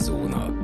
Szürkezóna.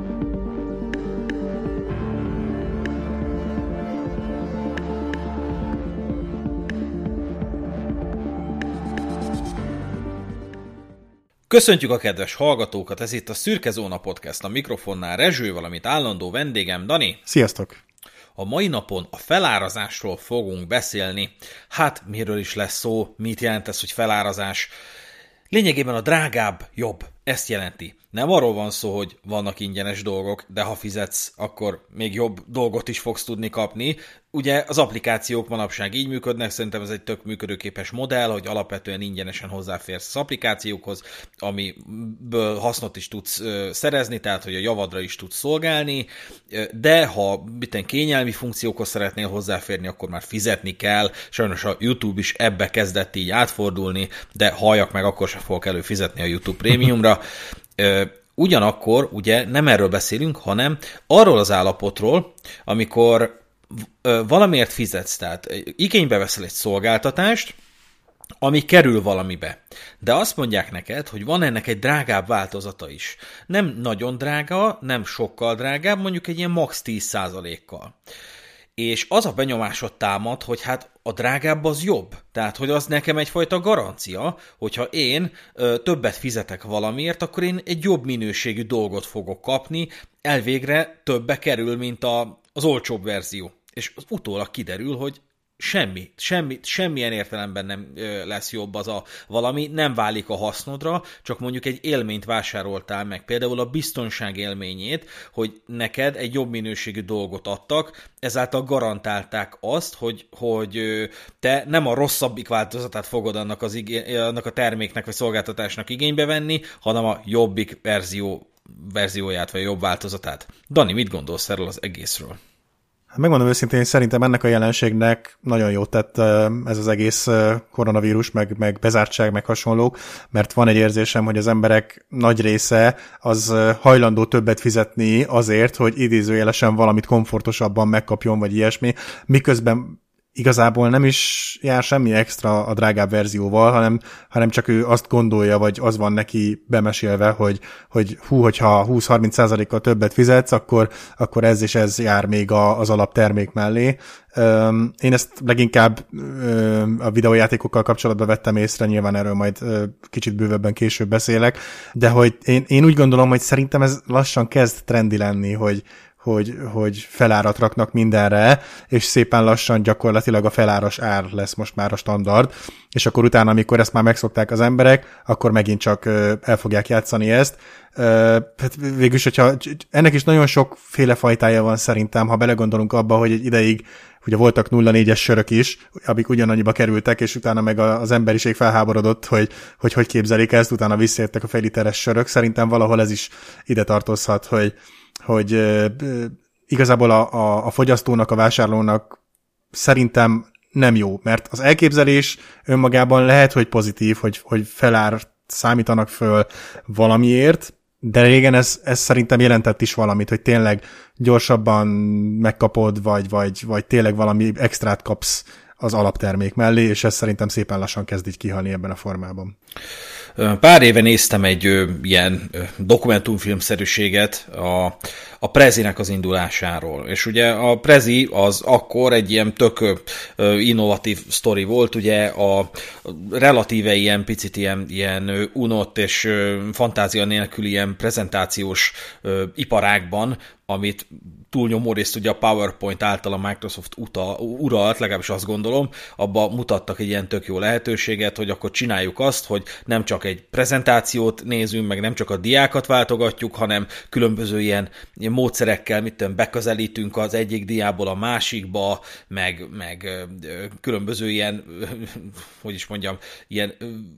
Köszöntjük a kedves hallgatókat, ez itt a Szürkezóna Podcast, a mikrofonnál Rezső, valamint állandó vendégem Dani. Sziasztok! A mai napon a felárazásról fogunk beszélni. Hát, miről is lesz szó, mit jelent ez, hogy felárazás? Lényegében a drágább jobb, ezt jelenti. Nem arról van szó, hogy vannak ingyenes dolgok, de ha fizetsz, akkor még jobb dolgot is fogsz tudni kapni. Ugye az applikációk manapság így működnek, szerintem ez egy tök működőképes modell, hogy alapvetően ingyenesen hozzáférsz az applikációkhoz, amiből hasznot is tudsz szerezni, tehát hogy a javadra is tudsz szolgálni, de ha kényelmi funkciókhoz szeretnél hozzáférni, akkor már fizetni kell. Sajnos a YouTube is ebbe kezdett így átfordulni, de halljak meg, akkor sem fogok előfizetni a YouTube Premiumra. Ugyanakkor ugye nem erről beszélünk, hanem arról az állapotról, amikor valamiért fizetsz, tehát igénybe veszel egy szolgáltatást, ami kerül valamibe. De azt mondják neked, hogy van ennek egy drágább változata is. Nem nagyon drága, nem sokkal drágább, mondjuk egy ilyen max. 10%-kal. És az a benyomásod támad, hogy hát a drágább az jobb. Tehát, hogy az nekem egyfajta garancia, hogyha én többet fizetek valamiért, akkor én egy jobb minőségű dolgot fogok kapni, elvégre többe kerül, mint az olcsóbb verzió. És utólag kiderül, hogy semmilyen értelemben nem lesz jobb az a valami, nem válik a hasznodra, csak mondjuk egy élményt vásároltál meg, például a biztonság élményét, hogy neked egy jobb minőségű dolgot adtak, ezáltal garantálták azt, hogy te nem a rosszabbik változatát fogod annak a terméknek vagy szolgáltatásnak igénybe venni, hanem a jobbik verzióját vagy jobb változatát. Dani, mit gondolsz erről az egészről? Megmondom őszintén, szerintem ennek a jelenségnek nagyon jót tett ez az egész koronavírus, meg bezártság, meg hasonlók, mert van egy érzésem, hogy az emberek nagy része az hajlandó többet fizetni azért, hogy idézőjelesen valamit komfortosabban megkapjon, vagy ilyesmi, miközben igazából nem is jár semmi extra a drágább verzióval, hanem csak ő azt gondolja, vagy az van neki bemesélve, hogy hogyha 20-30%-kal többet fizetsz, akkor ez és ez jár még az alaptermék mellé. Én ezt leginkább a videójátékokkal kapcsolatban vettem észre, nyilván erről majd kicsit bővebben később beszélek, de hogy én úgy gondolom, hogy szerintem ez lassan kezd trendi lenni, hogy felárat raknak mindenre, és szépen lassan gyakorlatilag a feláras ár lesz most már a standard, és akkor utána, amikor ezt már megszokták az emberek, akkor megint csak el fogják játszani ezt. Hát végülis, hogyha ennek is nagyon sokféle fajtája van szerintem, ha belegondolunk abba, hogy egy ideig ugye voltak 0,4-es sörök is, amik ugyanannyiba kerültek, és utána meg az emberiség felháborodott, hogy képzelik ezt, utána visszaértek a fél literes sörök. Szerintem valahol ez is ide tartozhat, hogy igazából a fogyasztónak, a vásárlónak szerintem nem jó, mert az elképzelés önmagában lehet, hogy pozitív, hogy felárt számítanak föl valamiért, de régen ez szerintem jelentett is valamit, hogy tényleg gyorsabban megkapod, vagy tényleg valami extrát kapsz az alaptermék mellé, és ez szerintem szépen lassan kezd így kihalni ebben a formában. Pár éve néztem egy ilyen dokumentumfilmszerűséget a Prezinek az indulásáról, és ugye a Prezi az akkor egy ilyen tök innovatív sztori volt, ugye a relatíve ilyen picit ilyen unott és fantázia nélkül ilyen prezentációs iparágban, amit túlnyomó részt ugye a PowerPoint által a Microsoft uralt, legalábbis azt gondolom, abba mutattak egy ilyen tök jó lehetőséget, hogy akkor csináljuk azt, hogy nem csak egy prezentációt nézünk, meg nem csak a diákat váltogatjuk, hanem különböző ilyen módszerekkel, beközelítünk az egyik diából a másikba, meg különböző ilyen, hogy is mondjam, ilyen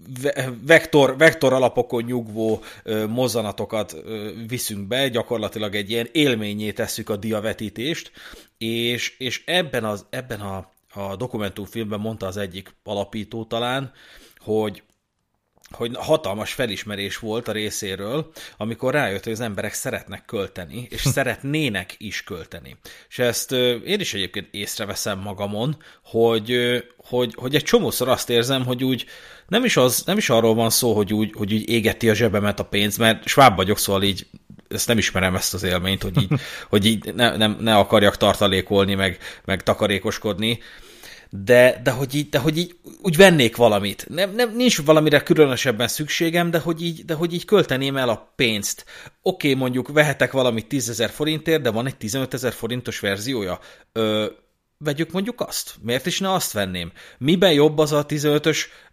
vektor alapokon nyugvó mozzanatokat viszünk be, gyakorlatilag egy ilyen élményé tesszük a diavetítést, és ebben a dokumentumfilmben mondta az egyik alapító talán, hogy hatalmas felismerés volt a részéről, amikor rájött, hogy az emberek szeretnek költeni, és szeretnének is költeni. És ezt én is egyébként észreveszem magamon, hogy egy csomószor azt érzem, hogy úgy nem is arról van szó, hogy úgy égeti a zsebemet a pénz, mert sváb vagyok, szóval így ezt nem ismerem, ezt az élményt, hogy így ne akarjak tartalékolni, meg takarékoskodni, de hogy így úgy vennék valamit. Nincs valamire különösebben szükségem, de hogy így költeném el a pénzt. Oké, mondjuk vehetek valamit 10 000 forintért, de van egy 15 000 forintos verziója. Vegyük mondjuk azt. Miért is ne azt venném? Miben jobb az a 15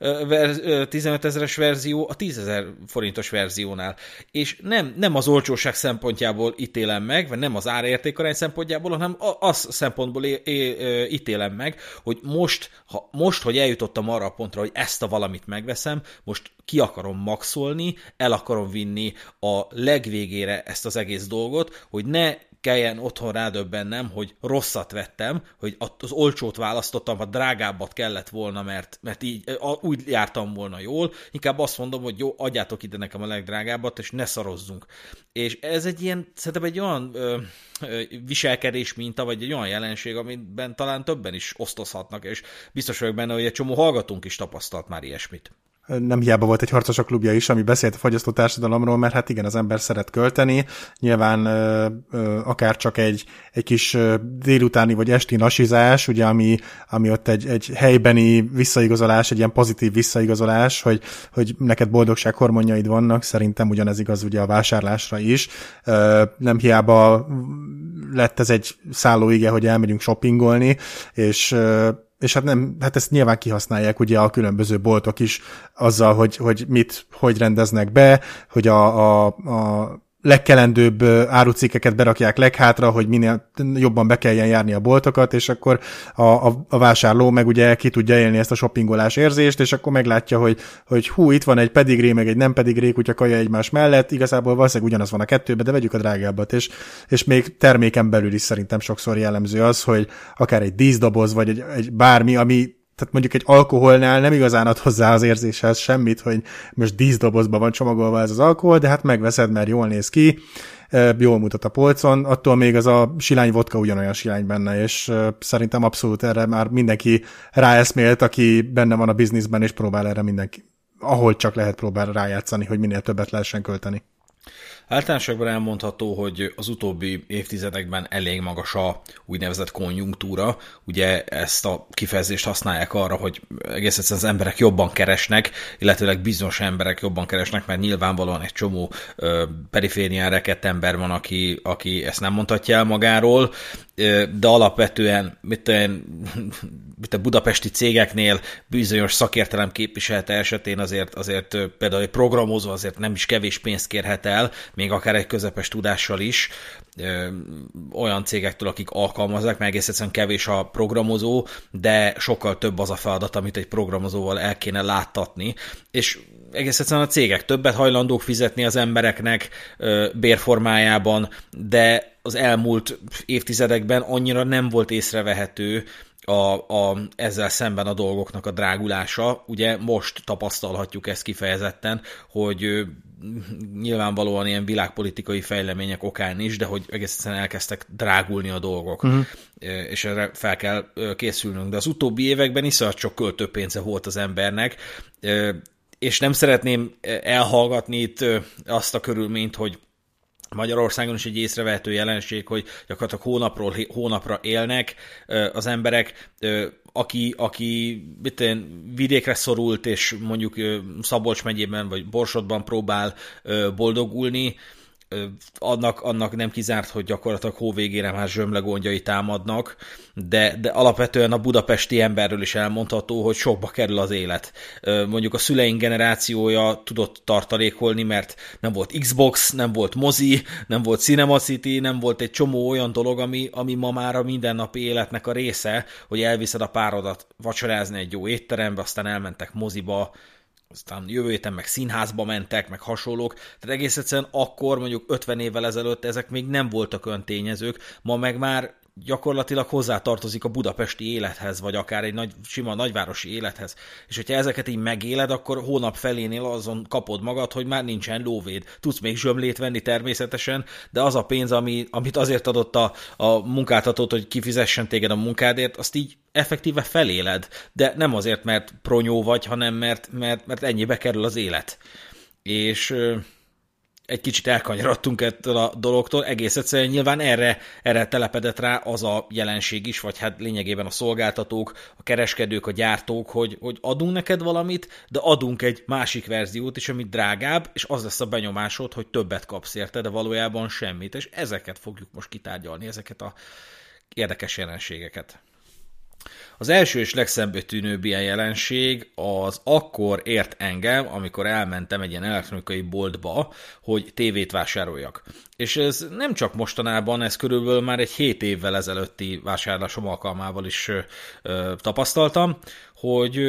000-es verzió a 10 000 forintos verziónál? És nem az olcsóság szempontjából ítélem meg, vagy nem az árértékarány szempontjából, hanem az szempontból ítélem meg, hogy most, hogy eljutottam arra a pontra, hogy ezt a valamit megveszem, most ki akarom maxolni, el akarom vinni a legvégére ezt az egész dolgot, hogy ne kelljen otthon rádöbbennem, hogy rosszat vettem, hogy az olcsót választottam, ha drágábbat kellett volna, mert így úgy jártam volna jól, inkább azt mondom, hogy jó, adjátok ide nekem a legdrágábbat, és ne szarozzunk. És ez szerintem egy olyan viselkedés minta, vagy egy olyan jelenség, amiben talán többen is osztozhatnak, és biztos vagyok benne, hogy egy csomó hallgatónk is tapasztalt már ilyesmit. Nem hiába volt egy harcosok klubja is, ami beszélt a fogyasztó társadalomról, mert hát igen, az ember szeret költeni, nyilván akár csak egy kis délutáni vagy esti nasizás, ugye, ami ott egy helybeni visszaigazolás, egy ilyen pozitív visszaigazolás, hogy neked boldogság hormonjaid vannak, szerintem ugyanez igaz ugye a vásárlásra is. Nem hiába lett ez egy szállóige, hogy elmegyünk shoppingolni, és hát ezt nyilván kihasználják ugye a különböző boltok is azzal, hogy hogy rendeznek be, hogy a legkelendőbb árucikkeket berakják leghátra, hogy minél jobban be kelljen járni a boltokat, és akkor a vásárló meg ugye ki tudja élni ezt a shoppingolás érzést, és akkor meglátja, hogy hú, itt van egy pedigree, meg egy nem pedigree kutya kaja egymás mellett, igazából valószínűleg ugyanaz van a kettőben, de vegyük a drágábbat, és még terméken belül is szerintem sokszor jellemző az, hogy akár egy díszdoboz, vagy egy bármi, ami tehát mondjuk egy alkoholnál nem igazán ad hozzá az érzéshez semmit, hogy most díszdobozban van csomagolva ez az alkohol, de hát megveszed, mert jól néz ki, jól mutat a polcon, attól még az a silány vodka ugyanolyan silány benne, és szerintem abszolút erre már mindenki ráeszmélt, aki benne van a bizniszben, és próbál erre mindenki, ahol csak lehet próbál rájátszani, hogy minél többet lehessen költeni. Általánosságban elmondható, hogy az utóbbi évtizedekben elég magas a úgynevezett konjunktúra. Ugye ezt a kifejezést használják arra, hogy egész egyszerűen az emberek jobban keresnek, illetőleg bizonyos emberek jobban keresnek, mert nyilvánvalóan egy csomó periférián rekedt ember van, aki ezt nem mondhatja el magáról, de alapvetően a budapesti cégeknél bizonyos szakértelem képviselte esetén azért például egy programozó azért nem is kevés pénzt kérhet el, még akár egy közepes tudással is, olyan cégektől, akik alkalmazzák, mert egész egyszerűen kevés a programozó, de sokkal több az a feladat, amit egy programozóval el kéne láttatni, és egész egyszerűen a cégek többet hajlandók fizetni az embereknek bérformájában, de az elmúlt évtizedekben annyira nem volt észrevehető ezzel szemben a dolgoknak a drágulása. Ugye most tapasztalhatjuk ezt kifejezetten, hogy nyilvánvalóan ilyen világpolitikai fejlemények okán is, de hogy egész egyszerűen elkezdtek drágulni a dolgok, és erre fel kell készülnünk. De az utóbbi években iszonyat sok költőpénze volt az embernek, és nem szeretném elhallgatni itt azt a körülményt, hogy Magyarországon is egy észrevehető jelenség, hogy gyakorlatilag hónapról hónapra élnek az emberek, aki vidékre szorult, és mondjuk Szabolcs megyében vagy Borsodban próbál boldogulni, annak nem kizárt, hogy gyakorlatilag hóvégére már zsömlegondjai támadnak, de alapvetően a budapesti emberről is elmondható, hogy sokba kerül az élet. Mondjuk a szüleink generációja tudott tartalékolni, mert nem volt Xbox, nem volt mozi, nem volt Cinema City, nem volt egy csomó olyan dolog, ami ma már a mindennapi életnek a része, hogy elviszed a párodat vacsorázni egy jó étterembe, aztán elmentek moziba, aztán jövő héten meg színházba mentek, meg hasonlók. Tehát egész egyszerűen akkor, mondjuk 50 évvel ezelőtt ezek még nem voltak olyan tényezők, ma meg már gyakorlatilag hozzátartozik a budapesti élethez, vagy akár egy sima nagyvárosi élethez. És hogyha ezeket így megéled, akkor hónap felénél azon kapod magad, hogy már nincsen lóvéd. Tudsz még zsömlét venni természetesen, de az a pénz, amit azért adott a munkáltatót, hogy kifizessen téged a munkádért, azt így effektíve feléled. De nem azért, mert pronyó vagy, hanem mert ennyibe kerül az élet. És egy kicsit elkanyarodtunk ettől a dologtól, egész egyszerűen nyilván erre telepedett rá az a jelenség is, vagy hát lényegében a szolgáltatók, a kereskedők, a gyártók, hogy adunk neked valamit, de adunk egy másik verziót is, ami drágább, és az lesz a benyomásod, hogy többet kapsz érte, de valójában semmit, és ezeket fogjuk most kitárgyalni, ezeket a érdekes jelenségeket. Az első és legszembetűnőbb ilyen jelenség az akkor ért engem, amikor elmentem egy ilyen elektronikai boltba, hogy tévét vásároljak. És ez nem csak mostanában, ez körülbelül már egy 7 évvel ezelőtti vásárlásom alkalmával is tapasztaltam, hogy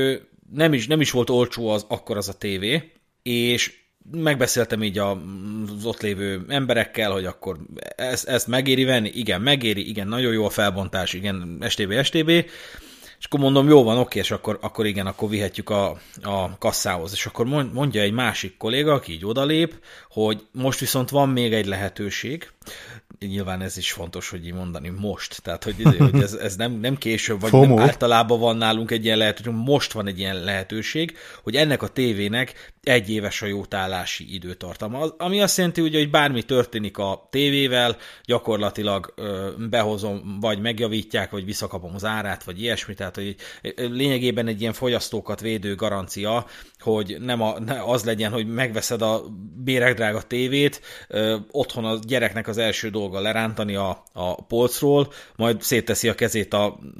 nem is volt olcsó akkor az a tévé, és megbeszéltem így az ott lévő emberekkel, hogy akkor ezt megéri venni, igen, megéri, igen, nagyon jó a felbontás, igen, STB, és akkor mondom, jó van, oké, és akkor igen, akkor vihetjük a kasszához. És akkor mondja egy másik kolléga, aki így odalép, hogy most viszont van még egy lehetőség, nyilván ez is fontos, hogy így mondani most, tehát hogy ez nem később, vagy nem általában van nálunk egy ilyen lehetőség, most van egy ilyen lehetőség, hogy ennek a tévének 1 éves a jótállási időtartama. Ami azt jelenti, hogy bármi történik a tévével, gyakorlatilag behozom, vagy megjavítják, vagy visszakapom az árát, vagy ilyesmi, tehát hogy lényegében egy ilyen fogyasztókat védő garancia, hogy ne az legyen, hogy megveszed a béregdrága tévét, otthon a gyereknek az első dolga lerántani a polcról, majd szétteszi a kezét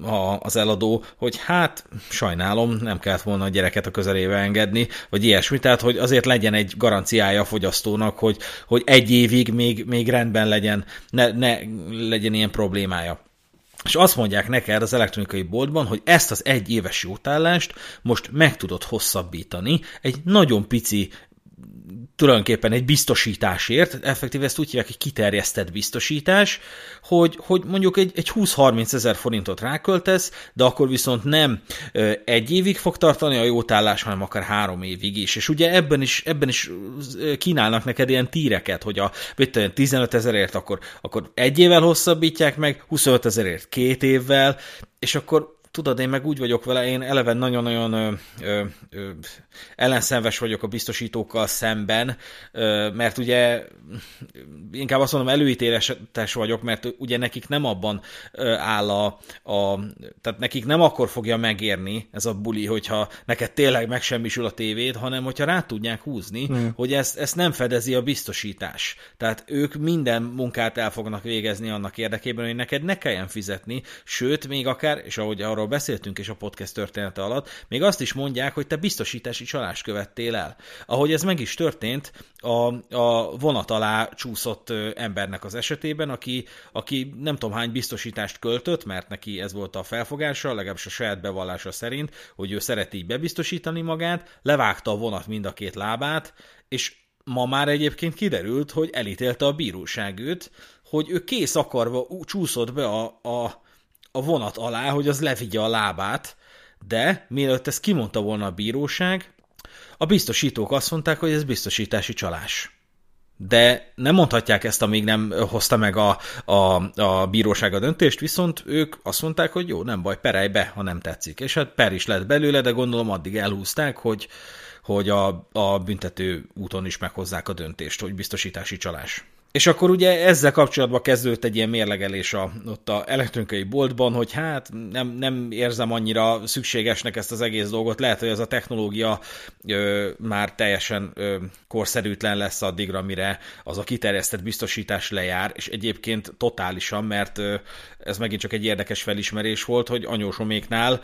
az eladó, hogy hát sajnálom, nem kellett volna a gyereket a közelébe engedni, vagy ilyesmi, tehát hogy azért legyen egy garanciája a fogyasztónak, hogy 1 évig még rendben legyen, ne legyen ilyen problémája. És azt mondják neked az elektronikai boltban, hogy ezt az 1 éves jótállást most meg tudod hosszabbítani egy nagyon pici, tulajdonképpen egy biztosításért, effektíve ezt úgy hívják, hogy kiterjesztett biztosítás, hogy mondjuk egy 20-30 ezer forintot ráköltesz, de akkor viszont nem 1 évig fog tartani a jótállás, hanem akár 3 évig is. És ugye ebben is kínálnak neked ilyen tíreket, hogy 15 ezerért akkor 1 évvel hosszabbítják meg, 25 ezerért 2 évvel, és akkor tudod, én meg úgy vagyok vele, én eleve nagyon-nagyon ellenszenves vagyok a biztosítókkal szemben, mert ugye inkább azt mondom, előítéletes vagyok, mert ugye nekik nem abban áll tehát nekik nem akkor fogja megérni ez a buli, hogyha neked tényleg megsemmisül a tévéd, hanem hogyha rá tudják húzni, hogy ezt nem fedezi a biztosítás. Tehát ők minden munkát el fognak végezni annak érdekében, hogy neked ne kelljen fizetni, sőt, még akár, és ahogy arról beszéltünk is a podcast története alatt, még azt is mondják, hogy te biztosítási csalást követtél el. Ahogy ez meg is történt a vonat alá csúszott embernek az esetében, aki nem tudom hány biztosítást költött, mert neki ez volt a felfogása, legalábbis a saját bevallása szerint, hogy ő szereti így bebiztosítani magát, levágta a vonat mind a 2 lábát, és ma már egyébként kiderült, hogy elítélte a bíróság őt, hogy ő kész akarva csúszott be a vonat alá, hogy az levigye a lábát, de mielőtt ezt kimondta volna a bíróság, a biztosítók azt mondták, hogy ez biztosítási csalás. De nem mondhatják ezt, amíg nem hozta meg a bíróság a döntést, viszont ők azt mondták, hogy jó, nem baj, perelj be, ha nem tetszik. És hát per is lett belőle, de gondolom addig elhúzták, hogy a büntető úton is meghozzák a döntést, hogy biztosítási csalás. És akkor ugye ezzel kapcsolatban kezdődött egy ilyen mérlegelés ott a elektronikai boltban, hogy hát nem érzem annyira szükségesnek ezt az egész dolgot, lehet, hogy ez a technológia már teljesen korszerűtlen lesz addigra, mire az a kiterjesztett biztosítás lejár, és egyébként totálisan, mert ez megint csak egy érdekes felismerés volt, hogy anyósoméknál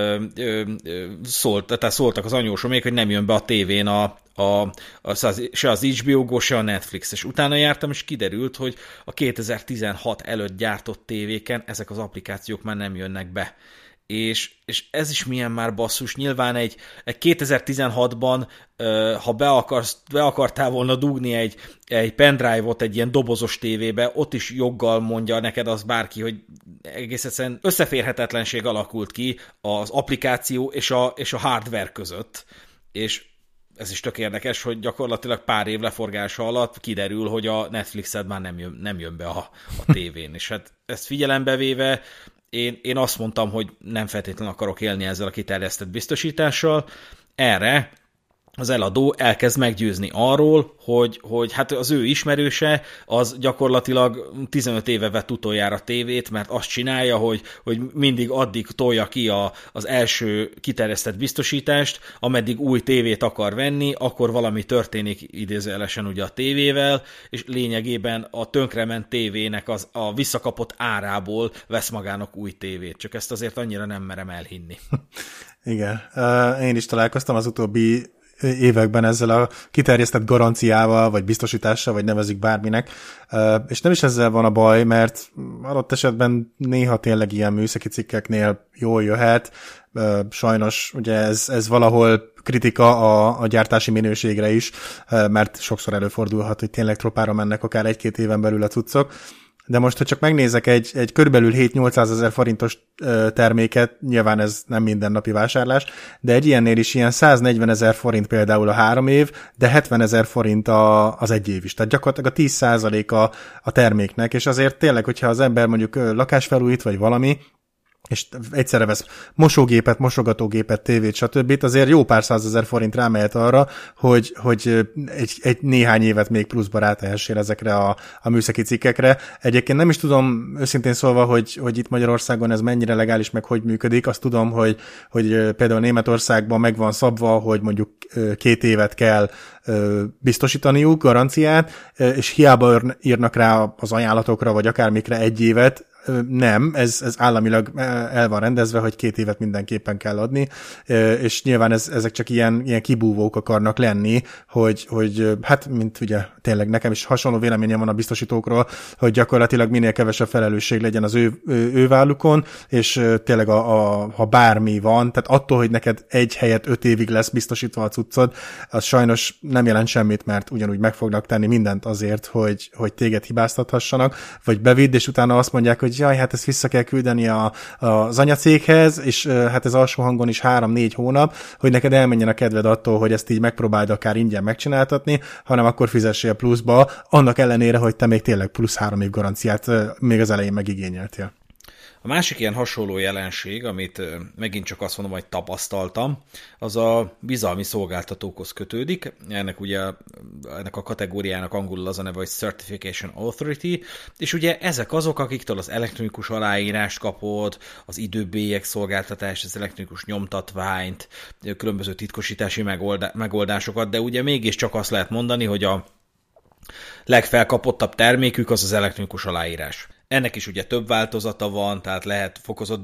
szóltak az anyósomék, hogy nem jön be a tévén se az HBO Go, se a Netflix, és utána jártam, és kiderült, hogy a 2016 előtt gyártott tévéken ezek az applikációk már nem jönnek be. És ez is milyen már basszus, nyilván egy 2016-ban, ha be akartál volna dugni egy pendrive-ot egy ilyen dobozos tévébe, ott is joggal mondja neked az bárki, hogy egész egyszerűen összeférhetetlenség alakult ki az applikáció és a hardware között. És ez is tök érdekes, hogy gyakorlatilag pár év leforgása alatt kiderül, hogy a Netflixed már nem jön be a tévén. És hát ezt figyelembe véve én azt mondtam, hogy nem feltétlenül akarok élni ezzel a kiterjesztett biztosítással. Erre az eladó elkezd meggyőzni arról, hogy hát az ő ismerőse az gyakorlatilag 15 éve vett utoljára tévét, mert azt csinálja, hogy mindig addig tolja ki az első kiterjesztett biztosítást, ameddig új tévét akar venni, akkor valami történik idézőjelesen ugye a tévével, és lényegében a tönkrement tévének a visszakapott árából vesz magának új tévét. Csak ezt azért annyira nem merem elhinni. Igen. Én is találkoztam az utóbbi években ezzel a kiterjesztett garanciával, vagy biztosítással, vagy nevezzük bárminek, és nem is ezzel van a baj, mert adott esetben néha tényleg ilyen műszaki cikkeknél jól jöhet, sajnos ugye ez valahol kritika a gyártási minőségre is, mert sokszor előfordulhat, hogy tényleg tropára mennek akár 1-2 éven belül a cuccok. De most, ha csak megnézek egy körülbelül 7-800 ezer forintos terméket, nyilván ez nem mindennapi vásárlás, de egy ilyennél is ilyen 140 ezer forint például a 3 év, de 70 ezer forint az 1 év is. Tehát gyakorlatilag a 10% a terméknek, és azért tényleg, hogyha az ember mondjuk lakásfelújít, vagy valami, és egyszerre vesz mosógépet, mosogatógépet, tévét, stb. Azért jó pár 100 000 forint rámehet arra, hogy egy néhány évet még pluszba rátehessél ezekre a műszaki cikkekre. Egyébként nem is tudom őszintén szólva, hogy itt Magyarországon ez mennyire legális, meg hogy működik. Azt tudom, hogy például Németországban meg van szabva, hogy mondjuk 2 évet kell biztosítaniuk, garanciát, és hiába írnak rá az ajánlatokra, vagy akármikre 1 évet, nem, ez államilag el van rendezve, hogy 2 évet mindenképpen kell adni, és nyilván ezek csak ilyen kibúvók akarnak lenni, hogy hát, mint ugye tényleg nekem is hasonló véleményem van a biztosítókról, hogy gyakorlatilag minél kevesebb felelősség legyen az ő vállukon, és tényleg ha bármi van, tehát attól, hogy neked egy helyet 5 évig lesz biztosítva a cuccod, az sajnos nem jelent semmit, mert ugyanúgy meg fognak tenni mindent azért, hogy téged hibáztathassanak, vagy bevidd, és utána azt mondják, hogy jaj, hát ezt vissza kell küldeni az anyacéghez, és hát ez alsó hangon is 3-4 hónap, hogy neked elmenjen a kedved attól, hogy ezt így megpróbáld akár ingyen megcsináltatni, hanem akkor fizessél pluszba, annak ellenére, hogy te még tényleg plusz 3 év garanciát még az elején megigényeltél. A másik ilyen hasonló jelenség, amit megint csak azt mondom, hogy tapasztaltam, az a bizalmi szolgáltatókhoz kötődik. Ennek a kategóriának angolul az a neve, hogy Certification Authority, és ugye ezek azok, akiktől az elektronikus aláírást kapod, az időbélyek szolgáltatást, az elektronikus nyomtatványt, különböző titkosítási megoldásokat, de ugye mégiscsak azt lehet mondani, hogy a legfelkapottabb termékük az elektronikus aláírás. Ennek is ugye több változata van, tehát lehet fokozott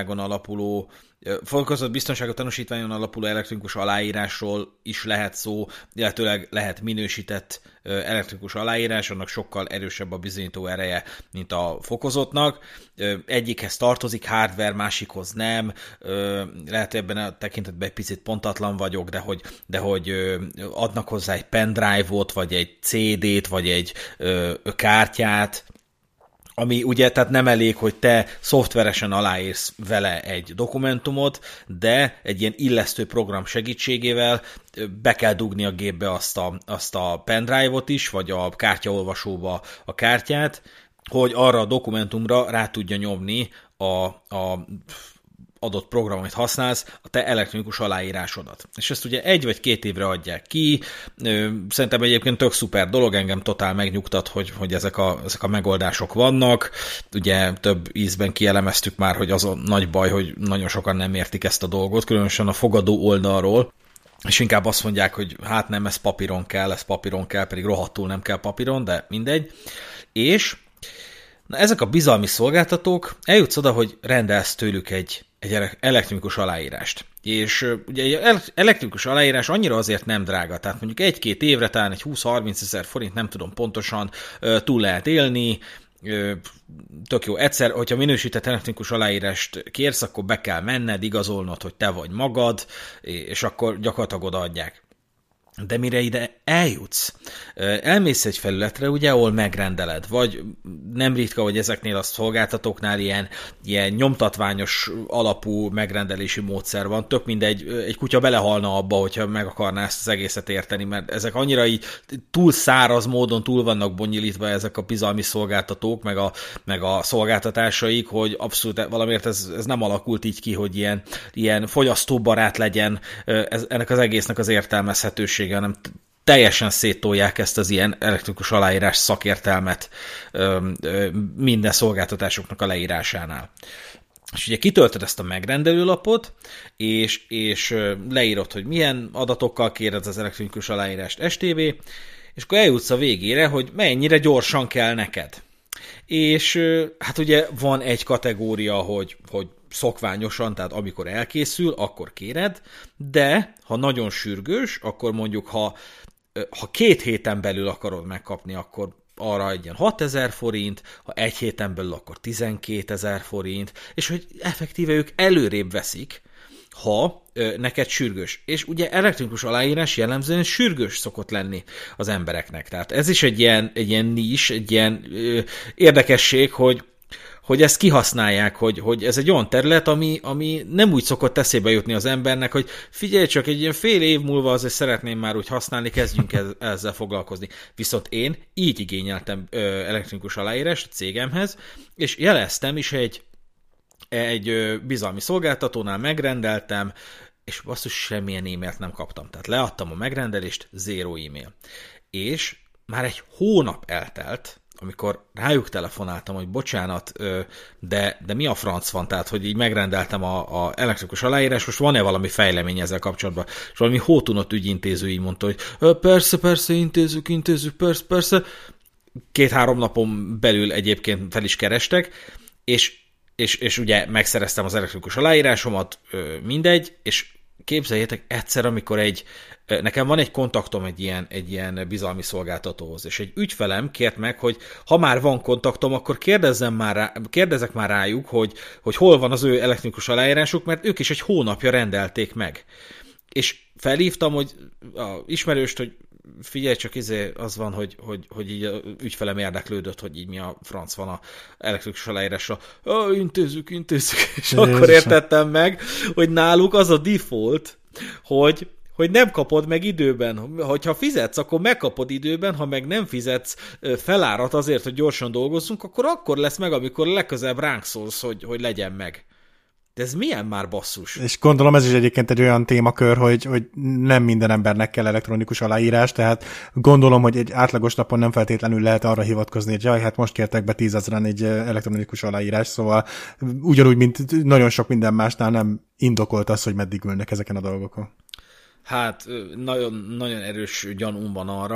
biztonságot tanúsítványon alapuló elektronikus aláírásról is lehet szó, illetőleg lehet minősített elektronikus aláírás, annak sokkal erősebb a bizonyító ereje, mint a fokozottnak. Egyikhez tartozik hardware, másikhoz nem. Lehet, ebben a tekintetben egy picit pontatlan vagyok, de hogy adnak hozzá egy pendrive-ot, vagy egy CD-t, vagy egy kártyát, ami ugye tehát nem elég, hogy te szoftveresen aláírsz vele egy dokumentumot, de egy ilyen illesztő program segítségével be kell dugni a gépbe azt a pendrive-ot is, vagy a kártyaolvasóba a kártyát, hogy arra a dokumentumra rá tudja nyomni a adott program, amit használsz, a te elektronikus aláírásodat. És ezt ugye 1 vagy 2 évre adják ki. Szerintem egyébként tök szuper dolog, engem totál megnyugtat, hogy ezek a megoldások vannak. Ugye több ízben kielemeztük már, hogy az a nagy baj, hogy nagyon sokan nem értik ezt a dolgot, különösen a fogadó oldalról, és inkább azt mondják, hogy hát nem, ez papíron kell, pedig rohadtul nem kell papíron, de mindegy. És ezek a bizalmi szolgáltatók eljutsz oda, hogy rendelsz tőlük egy elektronikus aláírást. És ugye egy elektronikus aláírás annyira azért nem drága, tehát mondjuk 1-2 évre talán egy 20-30 ezer forint, nem tudom pontosan, túl lehet élni, tök jó. Egyszer, hogyha minősített elektronikus aláírást kérsz, akkor be kell menned, igazolnod, hogy te vagy magad, és akkor gyakorlatilag odaadják. De mire ide eljutsz, elmész egy felületre, ugye, ahol megrendeled, vagy nem ritka, hogy ezeknél a szolgáltatóknál ilyen nyomtatványos alapú megrendelési módszer van, tök mindegy, egy kutya belehalna abba, hogyha meg akarná ezt az egészet érteni, mert ezek annyira így túl száraz módon túl vannak bonyolítva ezek a bizalmi szolgáltatók, meg a szolgáltatásaik, hogy abszolút valamiért ez nem alakult így ki, hogy ilyen fogyasztóbarát legyen ennek az egésznek az értelmezhetősége, hanem teljesen széttolják ezt az ilyen elektronikus aláírás szakértelmet minden szolgáltatásoknak a leírásánál. És ugye kitöltöd ezt a megrendelőlapot, és leírod, hogy milyen adatokkal kéred az elektronikus aláírást STB, és akkor eljutsz a végére, hogy mennyire gyorsan kell neked. És hát ugye van egy kategória, hogy szokványosan, tehát amikor elkészül, akkor kéred, de ha nagyon sürgős, akkor mondjuk ha 2 héten belül akarod megkapni, akkor arra egy ilyen 6000 forint, ha 1 héten belül, akkor 12 000 forint, és hogy effektíve ők előrébb veszik, ha neked sürgős. És ugye elektronikus aláírás jellemzően sürgős szokott lenni az embereknek. Tehát ez is egy ilyen nis, egy ilyen érdekesség, hogy ezt kihasználják, hogy ez egy olyan terület, ami nem úgy szokott eszébe jutni az embernek, hogy figyelj csak, egy ilyen fél év múlva azért szeretném már úgy használni, kezdjünk ezzel foglalkozni. Viszont én így igényeltem elektronikus aláírást a cégemhez, és jeleztem is egy bizalmi szolgáltatónál, megrendeltem, és basszus, semmilyen e-mailt nem kaptam. Tehát leadtam a megrendelést, 0 e-mail. És már egy hónap eltelt, amikor rájuk telefonáltam, hogy bocsánat, de mi a franc van, tehát hogy így megrendeltem a elektronikus aláírás, most van-e valami fejlemény ezzel kapcsolatban? És valami hótunott ügyintéző így mondta, hogy persze, intézzük, persze. 2-3 napon belül egyébként fel is kerestek, és ugye megszereztem az elektronikus aláírásomat, mindegy, és képzeljétek egyszer, amikor nekem van egy kontaktom egy ilyen bizalmi szolgáltatóhoz, és egy ügyfelem kért meg, hogy ha már van kontaktom, akkor kérdezek már rájuk, hogy hol van az ő elektronikus aláírásuk, mert ők is egy hónapja rendelték meg. És felhívtam, hogy ismerőst, hogy figyelj csak, az van, hogy így a ügyfelem érdeklődött, hogy így mi a franc van a elektronikus aláírásra. Intézzük, és akkor értettem meg, hogy náluk az a default, hogy nem kapod meg időben. Hogyha fizetsz, akkor megkapod időben, ha meg nem fizetsz felárat azért, hogy gyorsan dolgozzunk, akkor lesz meg, amikor legközelebb ránk szólsz, hogy legyen meg. De ez milyen már basszus? És gondolom ez is egyébként egy olyan témakör, hogy nem minden embernek kell elektronikus aláírás, tehát gondolom, hogy egy átlagos napon nem feltétlenül lehet arra hivatkozni, hogy jaj, hát most kértek be 10 000-en egy elektronikus aláírás, szóval ugyanúgy, mint nagyon sok minden másnál nem indokolt az, hogy meddig ülnek ezeken a dolgokon. Hát nagyon, nagyon erős gyanúm van arra,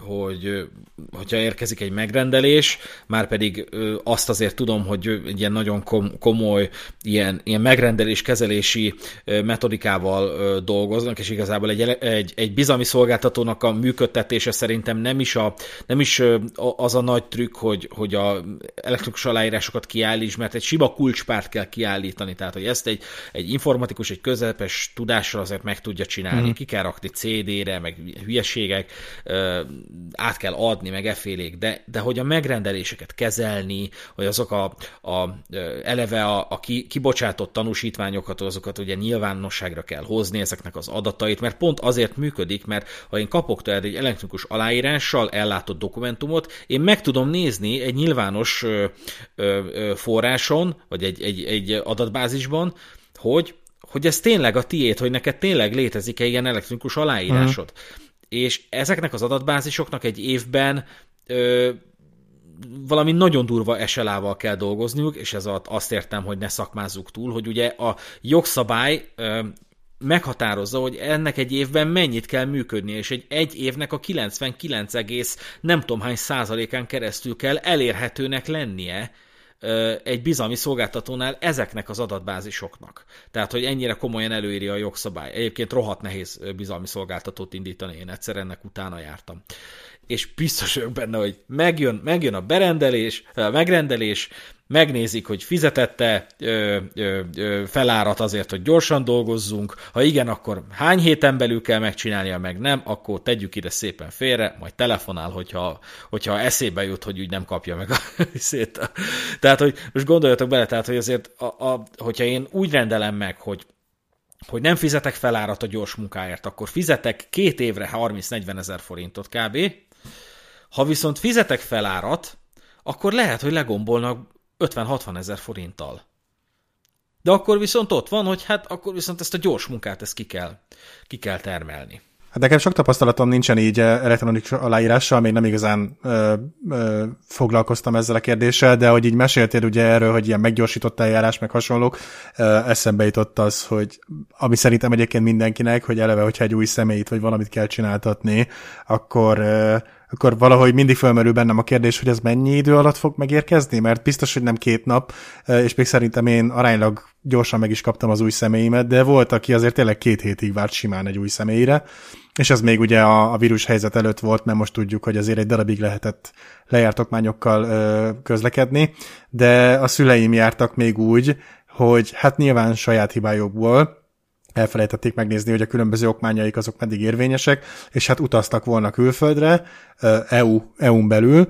hogyha érkezik egy megrendelés, már pedig azt azért tudom, hogy egy ilyen nagyon komoly ilyen megrendelés kezelési metodikával dolgoznak, és igazából egy bizalmi szolgáltatónak a működtetése szerintem nem is az a nagy trükk, hogy a elektronikus aláírásokat kiállíts, mert egy sima kulcspárt kell kiállítani, tehát hogy ezt egy informatikus, egy közepes tudással azért meg tudja csinálni. Ki kell rakni CD-re, meg hülyeségek, át kell adni, meg effélék, de hogy a megrendeléseket kezelni, hogy azok eleve a kibocsátott tanúsítványokat, azokat ugye nyilvánosságra kell hozni, ezeknek az adatait, mert pont azért működik, mert ha én kapok tőled egy elektronikus aláírással ellátott dokumentumot, én meg tudom nézni egy nyilvános forráson, vagy egy adatbázisban, hogy ez tényleg a tiéd, hogy neked tényleg létezik-e ilyen elektronikus aláírásod. És ezeknek az adatbázisoknak egy évben valami nagyon durva SLA-val kell dolgozniuk, és ez azt értem, hogy ne szakmázzuk túl, hogy ugye a jogszabály meghatározza, hogy ennek egy évben mennyit kell működnie, és egy évnek a 99, nem tudom hány százalékán keresztül kell elérhetőnek lennie egy bizalmi szolgáltatónál ezeknek az adatbázisoknak. Tehát, hogy ennyire komolyan előírja a jogszabály. Egyébként rohadt nehéz bizalmi szolgáltatót indítani, én egyszer ennek utána jártam. és biztos vagyok benne, hogy megjön a megrendelés, megnézik, hogy fizetette felárat azért, hogy gyorsan dolgozzunk, ha igen, akkor hány héten belül kell megcsinálnia, meg nem, akkor tegyük ide szépen félre, majd telefonál, hogyha eszébe jut, hogy úgy nem kapja meg a szét. Tehát, hogy most gondoljatok bele, tehát, hogy azért, hogyha én úgy rendelem meg, hogy nem fizetek felárat a gyors munkáért, akkor fizetek 2 évre 30-40 ezer forintot kb. Ha viszont fizetek felárat, akkor lehet, hogy legombolnak 50-60 ezer forinttal. De akkor viszont ott van, hogy hát akkor viszont ezt a gyors munkát ezt ki kell termelni. Hát nekem sok tapasztalatom nincsen így elektronikus aláírással, még nem igazán foglalkoztam ezzel a kérdéssel, de hogy így meséltél ugye erről, hogy ilyen meggyorsított eljárás, meg hasonlók, eszembe jutott az, hogy ami szerintem egyébként mindenkinek, hogy eleve, hogyha egy új személyt vagy valamit kell csináltatni, akkor valahogy mindig felmerül bennem a kérdés, hogy ez mennyi idő alatt fog megérkezni, mert biztos, hogy nem 2 nap, és még szerintem én aránylag gyorsan meg is kaptam az új személyimet, de volt, aki azért tényleg 2 hétig várt simán egy új személyre, és ez még ugye a vírus helyzet előtt volt, mert most tudjuk, hogy azért egy darabig lehetett lejárt okmányokkal közlekedni, de a szüleim jártak még úgy, hogy hát nyilván saját hibájukból elfelejtették megnézni, hogy a különböző okmányaik azok meddig érvényesek, és hát utaztak volna külföldre, EU-n belül,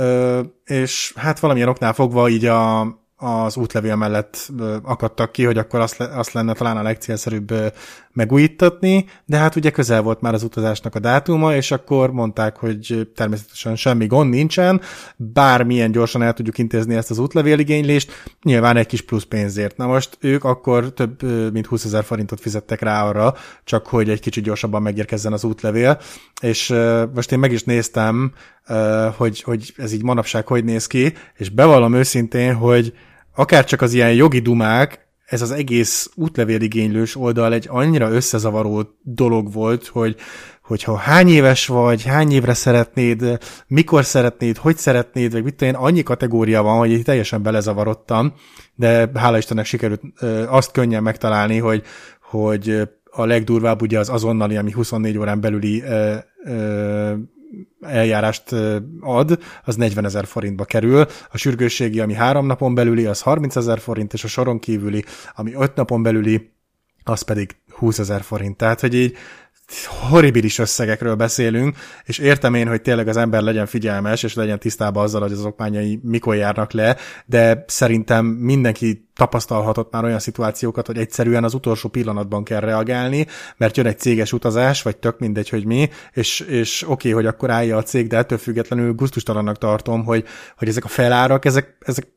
és hát valamilyen oknál fogva így az útlevél mellett akadtak ki, hogy akkor azt lenne talán a legcélszerűbb megújítatni, de hát ugye közel volt már az utazásnak a dátuma, és akkor mondták, hogy természetesen semmi gond nincsen, bármilyen gyorsan el tudjuk intézni ezt az útlevéligénylést, nyilván egy kis plusz pénzért. Na most ők akkor több mint 20 000 forintot fizettek rá arra, csak hogy egy kicsit gyorsabban megérkezzen az útlevél, és most én meg is néztem, hogy ez így manapság hogy néz ki, és bevallom őszintén, hogy akárcsak az ilyen jogi dumák, ez az egész útlevéligénylős oldal egy annyira összezavaró dolog volt, hogy ha hány éves vagy, hány évre szeretnéd, mikor szeretnéd, hogy szeretnéd, vagy mit tudom én, annyi kategória van, hogy így teljesen belezavarodtam, de hála Istennek sikerült azt könnyen megtalálni, hogy a legdurvább ugye az azonnali, ami 24 órán belüli eljárást ad, az 40 000 forintba kerül, a sürgősségi, ami 3 napon belüli, az 30 000 forint, és a soron kívüli, ami 5 napon belüli, az pedig 20 000 forint. Tehát, hogy így horribilis összegekről beszélünk, és értem én, hogy tényleg az ember legyen figyelmes, és legyen tisztában azzal, hogy az okmányai mikor járnak le, de szerintem mindenki tapasztalhatott már olyan szituációkat, hogy egyszerűen az utolsó pillanatban kell reagálni, mert jön egy céges utazás, vagy tök mindegy, hogy mi, és oké, hogy akkor állja a cég, de ettől függetlenül gusztustalannak tartom, hogy ezek a felárak, ezek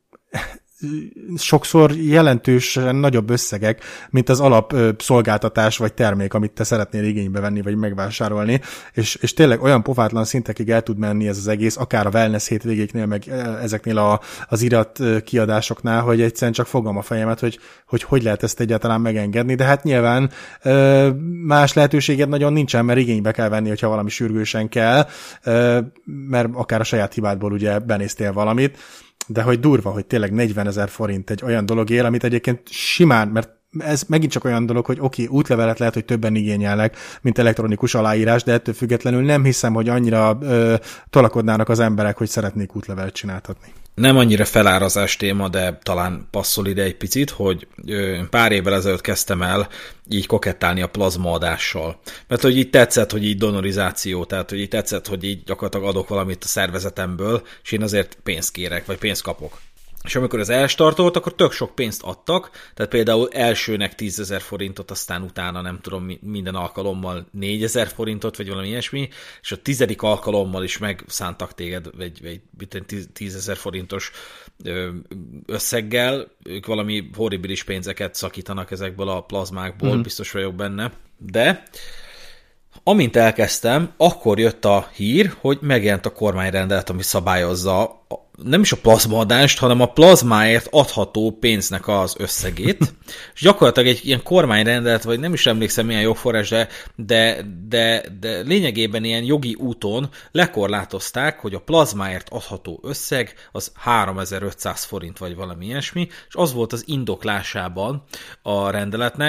sokszor jelentősen nagyobb összegek, mint az alap szolgáltatás vagy termék, amit te szeretnél igénybe venni, vagy megvásárolni, és tényleg olyan pofátlan szintekig el tud menni ez az egész, akár a wellness hétvégéknél, meg ezeknél az irat kiadásoknál, hogy egyszerűen csak fogom a fejemet, hogy lehet ezt egyáltalán megengedni, de hát nyilván más lehetőséged nagyon nincsen, mert igénybe kell venni, hogyha valami sürgősen kell, mert akár a saját hibádból ugye benéztél valamit, de hogy durva, hogy tényleg 40 000 forint egy olyan dologért, amit egyébként simán, mert ez megint csak olyan dolog, hogy oké, útlevelet lehet, hogy többen igényelnek, mint elektronikus aláírás, de ettől függetlenül nem hiszem, hogy annyira tolakodnának az emberek, hogy szeretnék útlevelet csináltatni. Nem annyira felárazás téma, de talán passzol ide egy picit, hogy pár évvel ezelőtt kezdtem el így kokettálni a plazmaadással. Mert hogy így tetszett, hogy így donorizáció, tehát hogy így tetszett, hogy így gyakorlatilag adok valamit a szervezetemből, és én azért pénzt kérek, vagy pénzt kapok. És amikor ez elstartolt, akkor tök sok pénzt adtak, tehát például elsőnek 10 000 forintot, aztán utána nem tudom, minden alkalommal 4 000 forintot, vagy valami ilyesmi, és a 10. alkalommal is megszántak téged egy 10 000 forintos összeggel, ők valami horribilis pénzeket szakítanak ezekből a plazmákból, biztos vagyok benne, de amint elkezdtem, akkor jött a hír, hogy megjelent a kormányrendelet, ami szabályozza nem is a plazmaadást, hanem a plazmáért adható pénznek az összegét. És gyakorlatilag egy ilyen kormányrendelet, vagy nem is emlékszem milyen jogforrás, de lényegében ilyen jogi úton lekorlátozták, hogy a plazmáért adható összeg az 3500 forint, vagy valami ilyesmi, és az volt az indoklásában a rendeletnek,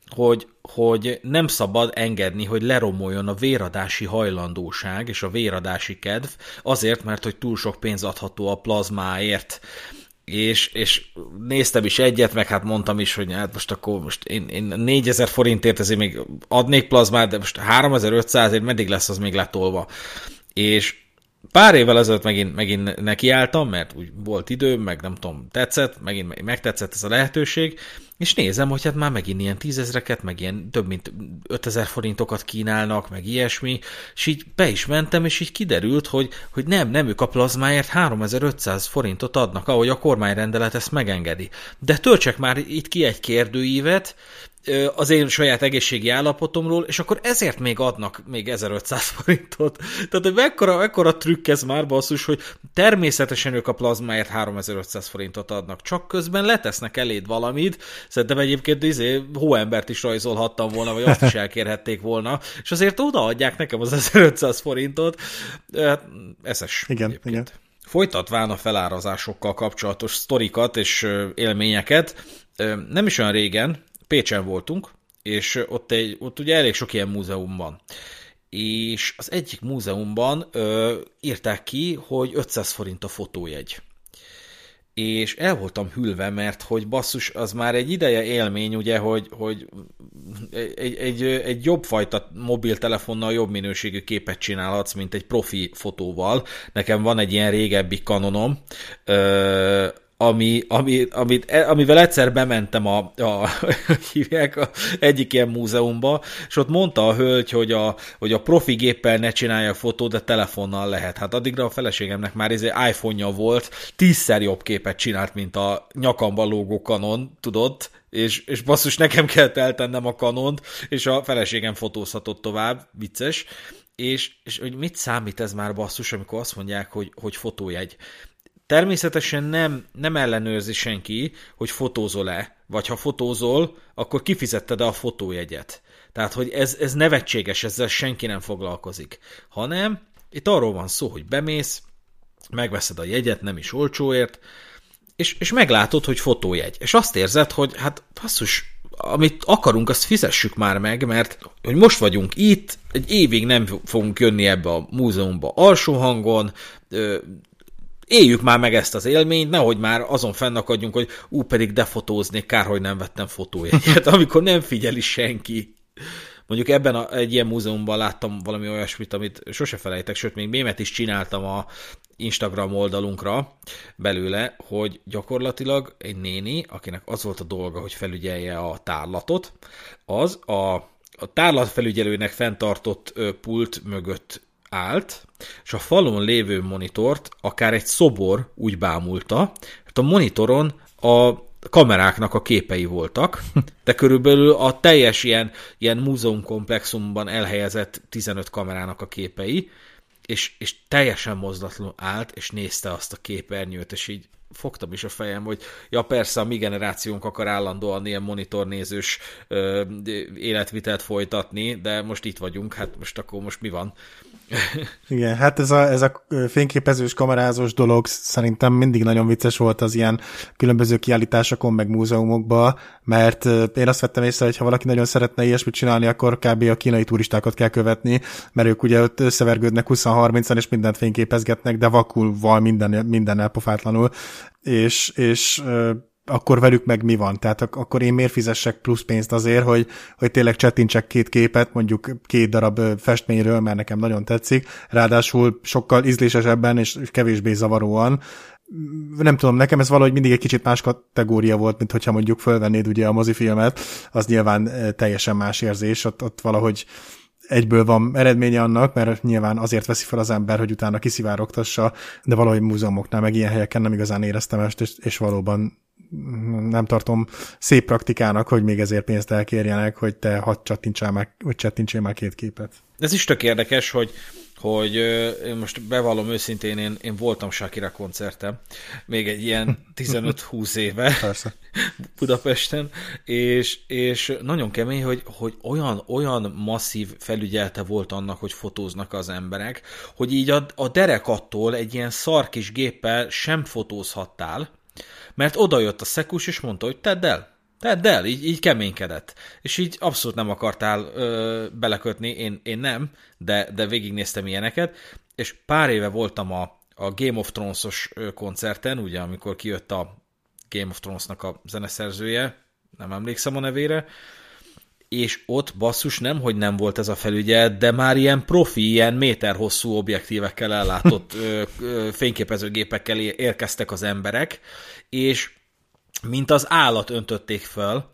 hogy nem szabad engedni, hogy leromoljon a véradási hajlandóság és a véradási kedv, azért, mert hogy túl sok pénz adható a plazmáért. És néztem is egyet, meg hát mondtam is, hogy hát most én 4000 forintért ezért még adnék plazmát, de most 3500-ért meddig lesz az még letolva. És pár évvel ezelőtt megint nekiálltam, mert úgy volt időm, meg nem tudom, tetszett, megint megtetszett ez a lehetőség, és nézem, hogy hát már megint ilyen 10 000-eket, meg ilyen több mint 5000 forintokat kínálnak, meg ilyesmi, és így be is mentem, és így kiderült, hogy nem ők a plazmáért 3500 forintot adnak, ahogy a kormányrendelet ezt megengedi. De töltsek már itt ki egy kérdőívet, az én saját egészségi állapotomról, és akkor ezért még adnak még 1500 forintot. Tehát, hogy mekkora trükk ez már, basszus, hogy természetesen ők a plazmáért 3500 forintot adnak, csak közben letesznek eléd valamit, szerintem egyébként hóembert is rajzolhattam volna, vagy azt is elkérhették volna, és azért odaadják nekem az 1500 forintot. Eszes. Igen. Folytatván a felárazásokkal kapcsolatos sztorikat és élményeket, nem is olyan régen, Pécsen voltunk, és ott ugye elég sok ilyen múzeum van. És az egyik múzeumban írták ki, hogy 500 forint a fotójegy. És el voltam hűlve, mert hogy basszus, az már egy ideje élmény, ugye, hogy egy jobb fajta mobiltelefonnal jobb minőségű képet csinálhatsz, mint egy profi fotóval. Nekem van egy ilyen régebbi Canonom, amivel egyszer bementem egyik ilyen múzeumba, és ott mondta a hölgy, hogy a profi géppel ne csinálja a fotót, de telefonnal lehet. Hát addigra a feleségemnek már iPhone-ja volt, 10-szer jobb képet csinált, mint a nyakamba lógó Canon, tudod? És basszus, nekem kellett eltennem a Canont, és a feleségem fotózhatott tovább, vicces. És hogy mit számít ez már, basszus, amikor azt mondják, hogy fotójegy. Természetesen nem ellenőrzi senki, hogy fotózol-e, vagy ha fotózol, akkor kifizetted-e a fotójegyet. Tehát, hogy ez nevetséges, ezzel senki nem foglalkozik. Hanem itt arról van szó, hogy bemész, megveszed a jegyet, nem is olcsóért, és meglátod, hogy fotójegy. És azt érzed, hogy hát basszus, amit akarunk, azt fizessük már meg, mert hogy most vagyunk itt, egy évig nem fogunk jönni ebbe a múzeumba alsó hangon, éljük már meg ezt az élményt, nehogy már azon fennakadjunk, hogy pedig defotóznék, kár, hogy nem vettem fotójegyet, amikor nem figyeli senki. Mondjuk ebben egy ilyen múzeumban láttam valami olyasmit, amit sose felejtek, sőt, még mémet is csináltam a Instagram oldalunkra belőle, hogy gyakorlatilag egy néni, akinek az volt a dolga, hogy felügyelje a tárlatot, az a tárlatfelügyelőnek fenntartott pult mögött állt, és a falon lévő monitort akár egy szobor úgy bámulta, hogy a monitoron a kameráknak a képei voltak, de körülbelül a teljes ilyen múzeumkomplexumban elhelyezett 15 kamerának a képei, és teljesen mozdatlanul állt, és nézte azt a képernyőt, és így fogtam is a fejem, hogy ja persze, a mi generációnk akar állandóan ilyen monitornézős életvitelt folytatni, de most itt vagyunk, hát most mi van? Igen, hát ez a fényképezős, kamerázós dolog szerintem mindig nagyon vicces volt az ilyen különböző kiállításokon, meg múzeumokban, mert én azt vettem észre, hogy ha valaki nagyon szeretne ilyesmit csinálni, akkor kb. A kínai turistákat kell követni, mert ők ugye ott összevergődnek 20-30-an, és mindent fényképezgetnek, de vakulval mindennel pofátlanul, és akkor velük meg mi van? Tehát akkor én miért fizessek plusz pénzt azért, hogy tényleg csettintsek 2 képet, mondjuk 2 darab festményről, mert nekem nagyon tetszik, ráadásul sokkal ízlésesebben és kevésbé zavaróan. Nem tudom, nekem ez valahogy mindig egy kicsit más kategória volt, mint hogyha mondjuk fölvennéd ugye a mozifilmet, az nyilván teljesen más érzés, ott valahogy egyből van eredménye annak, mert nyilván azért veszi fel az ember, hogy utána kiszivárogtassa, de valahogy múzeumoknál meg ilyen helyeken nem igazán éreztem ezt, és valóban nem tartom szép praktikának, hogy még ezért pénzt elkérjenek, hogy te hadd csettintsél már 2 képet. Ez is tök érdekes, hogy én most bevallom őszintén, én voltam Shakira koncerten, még egy ilyen 15-20 éve Budapesten, és nagyon kemény, hogy olyan masszív felügyelte volt annak, hogy fotóznak az emberek, hogy így a derekattól egy ilyen szar kis géppel sem fotózhattál, mert odajött a szekus, és mondta, hogy tedd el. Tehát Dell így keménykedett. És így abszolút nem akartál belekötni, én nem, de végignéztem ilyeneket, és pár éve voltam a Game of Thrones-os koncerten, ugye amikor kijött a Game of Thrones-nak a zeneszerzője, nem emlékszem a nevére, és ott basszus hogy nem volt ez a felügyelet, de már ilyen profi, ilyen méter hosszú objektívekkel ellátott fényképezőgépekkel érkeztek az emberek, és mint az állat öntötték fel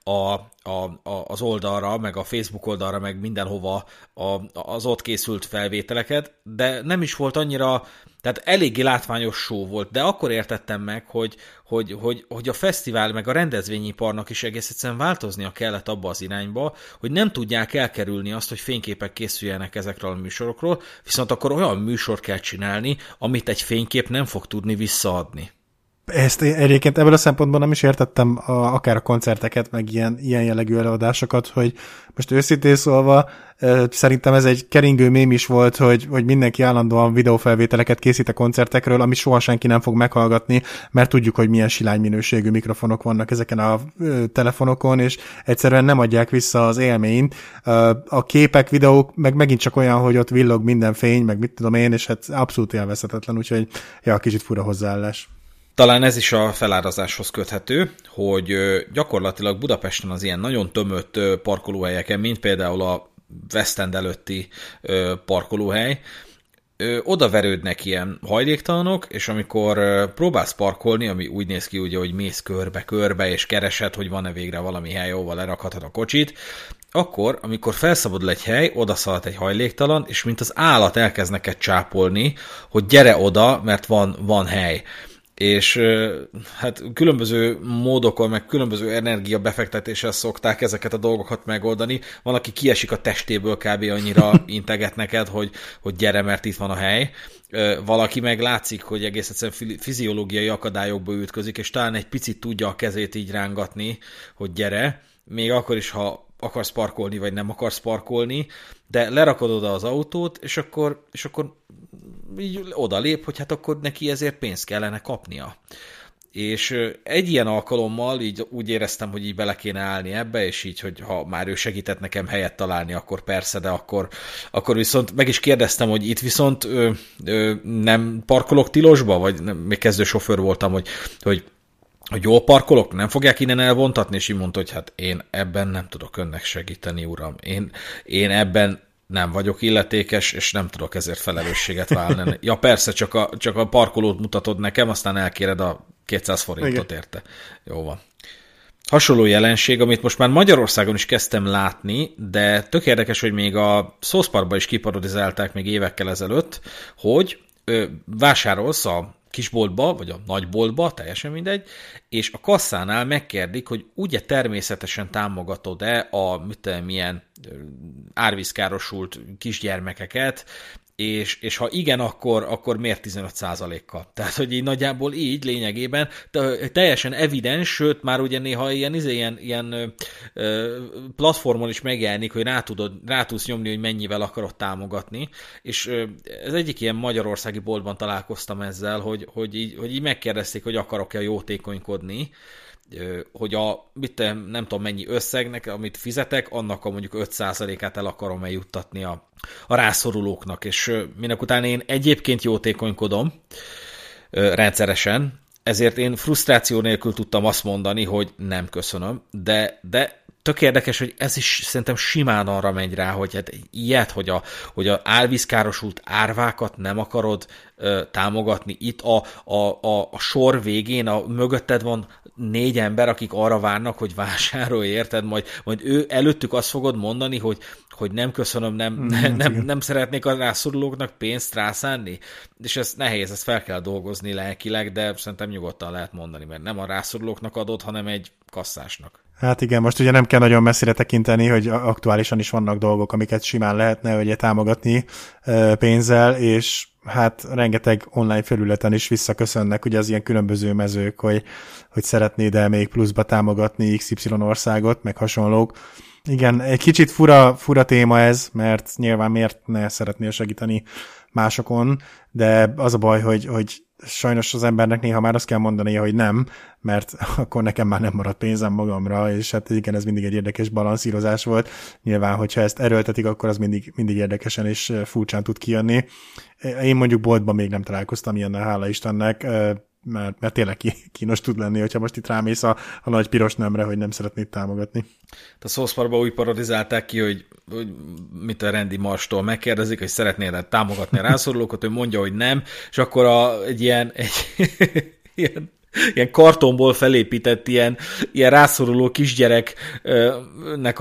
az oldalra, meg a Facebook oldalra, meg mindenhova az ott készült felvételeket, de nem is volt annyira, tehát eléggé látványos show volt, de akkor értettem meg, hogy a fesztivál, meg a rendezvényiparnak is egész egyszerűen változnia kellett abba az irányba, hogy nem tudják elkerülni azt, hogy fényképek készüljenek ezekről a műsorokról, viszont akkor olyan műsor kell csinálni, amit egy fénykép nem fog tudni visszaadni. Ezt egyébként ebből a szempontból nem is értettem akár a koncerteket, meg ilyen jellegű előadásokat, hogy most őszintén szólva szerintem ez egy keringő mém is volt, hogy mindenki állandóan videófelvételeket készít a koncertekről, amit soha senki nem fog meghallgatni, mert tudjuk, hogy milyen silány minőségű mikrofonok vannak ezeken a telefonokon, és egyszerűen nem adják vissza az élményt. A képek, videók meg megint csak olyan, hogy ott villog minden fény, meg mit tudom én, és hát abszolút élvezhetetlen, úgyhogy kicsit fura hozzáállás. Talán ez is a felárazáshoz köthető, hogy gyakorlatilag Budapesten az ilyen nagyon tömött parkolóhelyeken, mint például a West End előtti parkolóhely, oda verődnek ilyen hajléktalanok, és amikor próbálsz parkolni, ami úgy néz ki, ugye, hogy mész körbe-körbe, és keresed, hogy van-e végre valami hely, ahol lerakhatod a kocsit, akkor, amikor felszabadul egy hely, odaszalad egy hajléktalan, és mint az állat elkezd neked csápolni, hogy gyere oda, mert van hely. És hát különböző módokon, meg különböző energiabefektetéssel szokták ezeket a dolgokat megoldani. Van, aki kiesik a testéből kb. Annyira integet neked, hogy gyere, mert itt van a hely. Valaki meg látszik, hogy egész egyszerűen fiziológiai akadályokba ütközik, és talán egy picit tudja a kezét így rángatni, hogy gyere, még akkor is, ha akarsz parkolni, vagy nem akarsz parkolni, de lerakod oda az autót, és akkor így oda lép, hogy hát akkor neki ezért pénzt kellene kapnia. És egy ilyen alkalommal így úgy éreztem, hogy így bele kéne állni ebbe, és így, hogy ha már ő segített nekem helyet találni, akkor persze, de akkor viszont meg is kérdeztem, hogy itt viszont nem parkolok tilosba, vagy nem, még kezdő sofőr voltam, hogy jól parkolok, nem fogják innen elvontatni, és így mondta, hogy hát én ebben nem tudok önnek segíteni, uram. Én ebben nem vagyok illetékes, és nem tudok ezért felelősséget vállalni. Ja persze, csak a parkolót mutatod nekem, aztán elkéred a 200 forintot igen. Érte. Jó van. Hasonló jelenség, amit most már Magyarországon is kezdtem látni, de tök érdekes, hogy még a South Parkban is kiparodizálták még évekkel ezelőtt, hogy vásárolsz a kisboltba, vagy a nagyboltba, teljesen mindegy, és a kasszánál megkérdik, hogy ugye természetesen támogatod-e a milyen árvízkárosult kisgyermekeket, és ha igen, akkor miért 15%-kal? Tehát, hogy így nagyjából így lényegében teljesen evidens, sőt, már ugye néha ilyen platformon is megjelenik, hogy rá tudsz nyomni, hogy mennyivel akarod támogatni, és ez egyik ilyen magyarországi boltban találkoztam ezzel, hogy így megkérdezték, hogy akarok-e jótékonykodni, hogy nem tudom mennyi összegnek, amit fizetek, annak a mondjuk 5%-át el akarom eljuttatni a rászorulóknak, és minek után én egyébként jótékonykodom rendszeresen, ezért én frusztráció nélkül tudtam azt mondani, hogy nem köszönöm, de tök érdekes, hogy ez is szerintem simán arra megy rá, hogy hát ilyet, hogy a árvízkárosult árvákat nem akarod támogatni. Itt a sor végén, nem van 4 ember, akik arra várnak, hogy vásárolj, érted? Majd ő előttük azt fogod mondani, hogy nem köszönöm, nem szeretnék a rászorulóknak pénzt rászánni. És ez nehéz, ezt fel kell dolgozni lelkileg, de szerintem nyugodtan lehet mondani, mert nem a rászorulóknak adod, hanem egy kasszásnak. Hát igen, most ugye nem kell nagyon messzire tekinteni, hogy aktuálisan is vannak dolgok, amiket simán lehetne ugye támogatni pénzzel, és hát rengeteg online felületen is visszaköszönnek ugye az ilyen különböző mezők, hogy szeretnéd-e még pluszba támogatni XY országot, meg hasonlók. Igen, egy kicsit fura téma ez, mert nyilván miért ne szeretnél segíteni másokon, de az a baj, hogy sajnos az embernek néha már azt kell mondania, hogy nem, mert akkor nekem már nem maradt pénzem magamra, és hát igen, ez mindig egy érdekes balanszírozás volt. Nyilván, hogyha ezt erőltetik, akkor az mindig érdekesen és furcsán tud kijönni. Én mondjuk boltban még nem találkoztam ilyennel, hála Istennek, mert tényleg kínos tud lenni, hogyha most itt rámész a nagy piros nemre, hogy nem szeretnéd támogatni. A South Parkban úgy parodizálták ki, hogy mit a Randy Marstól megkérdezik, hogy szeretnél támogatni a rászorulókat, ő mondja, hogy nem, és akkor egy ilyen kartonból felépített ilyen rászoruló kisgyereknek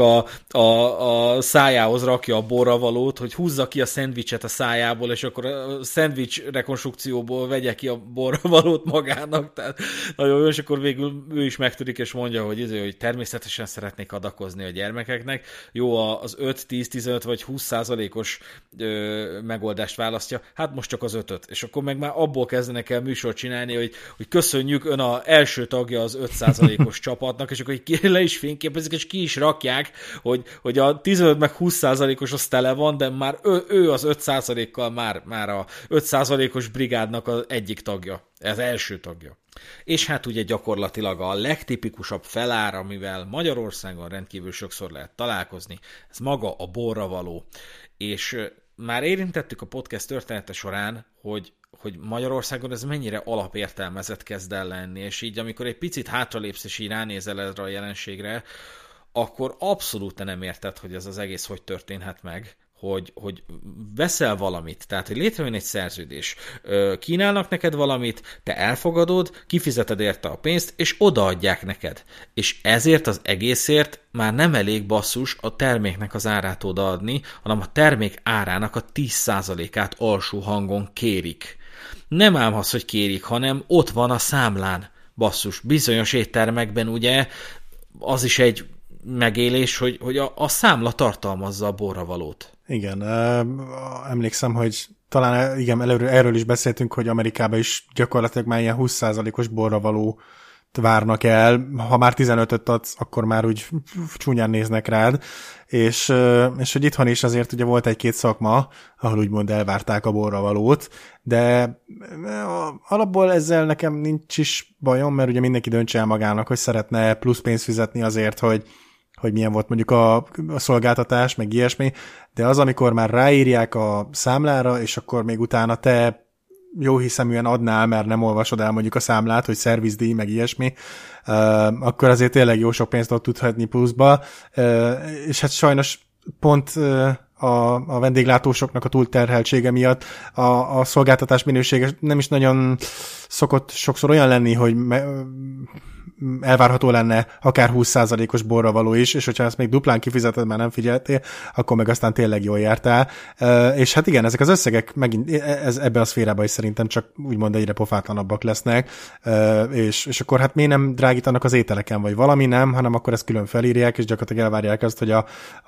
a szájához rakja a borravalót, hogy húzza ki a szendvicset a szájából, és akkor a szendvics rekonstrukcióból vegye ki a borravalót magának. Tehát nagyon jó, és akkor végül ő is megtörik, és mondja, hogy természetesen szeretnék adakozni a gyermekeknek. Jó, az 5, 10, 15 vagy 20%-os megoldást választja, hát most csak az 5-öt. És akkor meg már abból kezdenek el műsort csinálni, hogy köszönjük, ön az első tagja az 5%-os csapatnak, és akkor le is fényképezik, és ki is rakják, hogy a 15 meg 20%-os az tele van, de már ő az 5%-kal már a 5%-os brigádnak az egyik tagja, az első tagja. És hát ugye gyakorlatilag a legtipikusabb felár, amivel Magyarországon rendkívül sokszor lehet találkozni, ez maga a borravaló. És már érintettük a podcast története során, hogy Magyarországon ez mennyire alapértelmezett kezd el lenni, és így amikor egy picit hátralépsz, és így ránézel erre a jelenségre, akkor abszolút nem érted, hogy ez az egész hogy történhet meg, hogy veszel valamit, tehát hogy létrejön egy szerződés, kínálnak neked valamit, te elfogadod, kifizeted érte a pénzt, és odaadják neked. És ezért az egészért már nem elég basszus a terméknek az árát odaadni, hanem a termék árának a 10%-át alsó hangon kérik. Nem ám az, hogy kérik, hanem ott van a számlán, basszus. Bizonyos éttermekben ugye az is egy megélés, hogy a számla tartalmazza a borravalót. Igen, emlékszem, hogy talán igen, erről is beszéltünk, hogy Amerikában is gyakorlatilag már ilyen 20%-os borravaló várnak el, ha már 15-öt adsz, akkor már úgy csúnyán néznek rád, és hogy itthon is azért ugye volt egy-két szakma, ahol úgymond elvárták a borravalót, de alapból ezzel nekem nincs is bajom, mert ugye mindenki döntse el magának, hogy szeretne plusz pénzt fizetni azért, hogy milyen volt mondjuk a szolgáltatás, meg ilyesmi, de az, amikor már ráírják a számlára, és akkor még utána te jó hiszeműen adnál, mert nem olvasod el mondjuk a számlát, hogy szervizdíj, meg ilyesmi, akkor azért tényleg jó sok pénzt ott tudhatni pluszba, és hát sajnos pont a vendéglátósoknak a túlterheltsége miatt a szolgáltatás minősége nem is nagyon szokott sokszor olyan lenni, hogy elvárható lenne akár 20%-os borravaló is, és hogyha ezt még duplán kifizeted, már nem figyeltél, akkor meg aztán tényleg jól jártál. És hát igen, ezek az összegek megint ebbe a szférában is szerintem csak úgymond egyre pofátlanabbak lesznek, és akkor hát miért nem drágítanak az ételeken, vagy valami nem, hanem akkor ezt külön felírják, és gyakorlatilag elvárják azt, hogy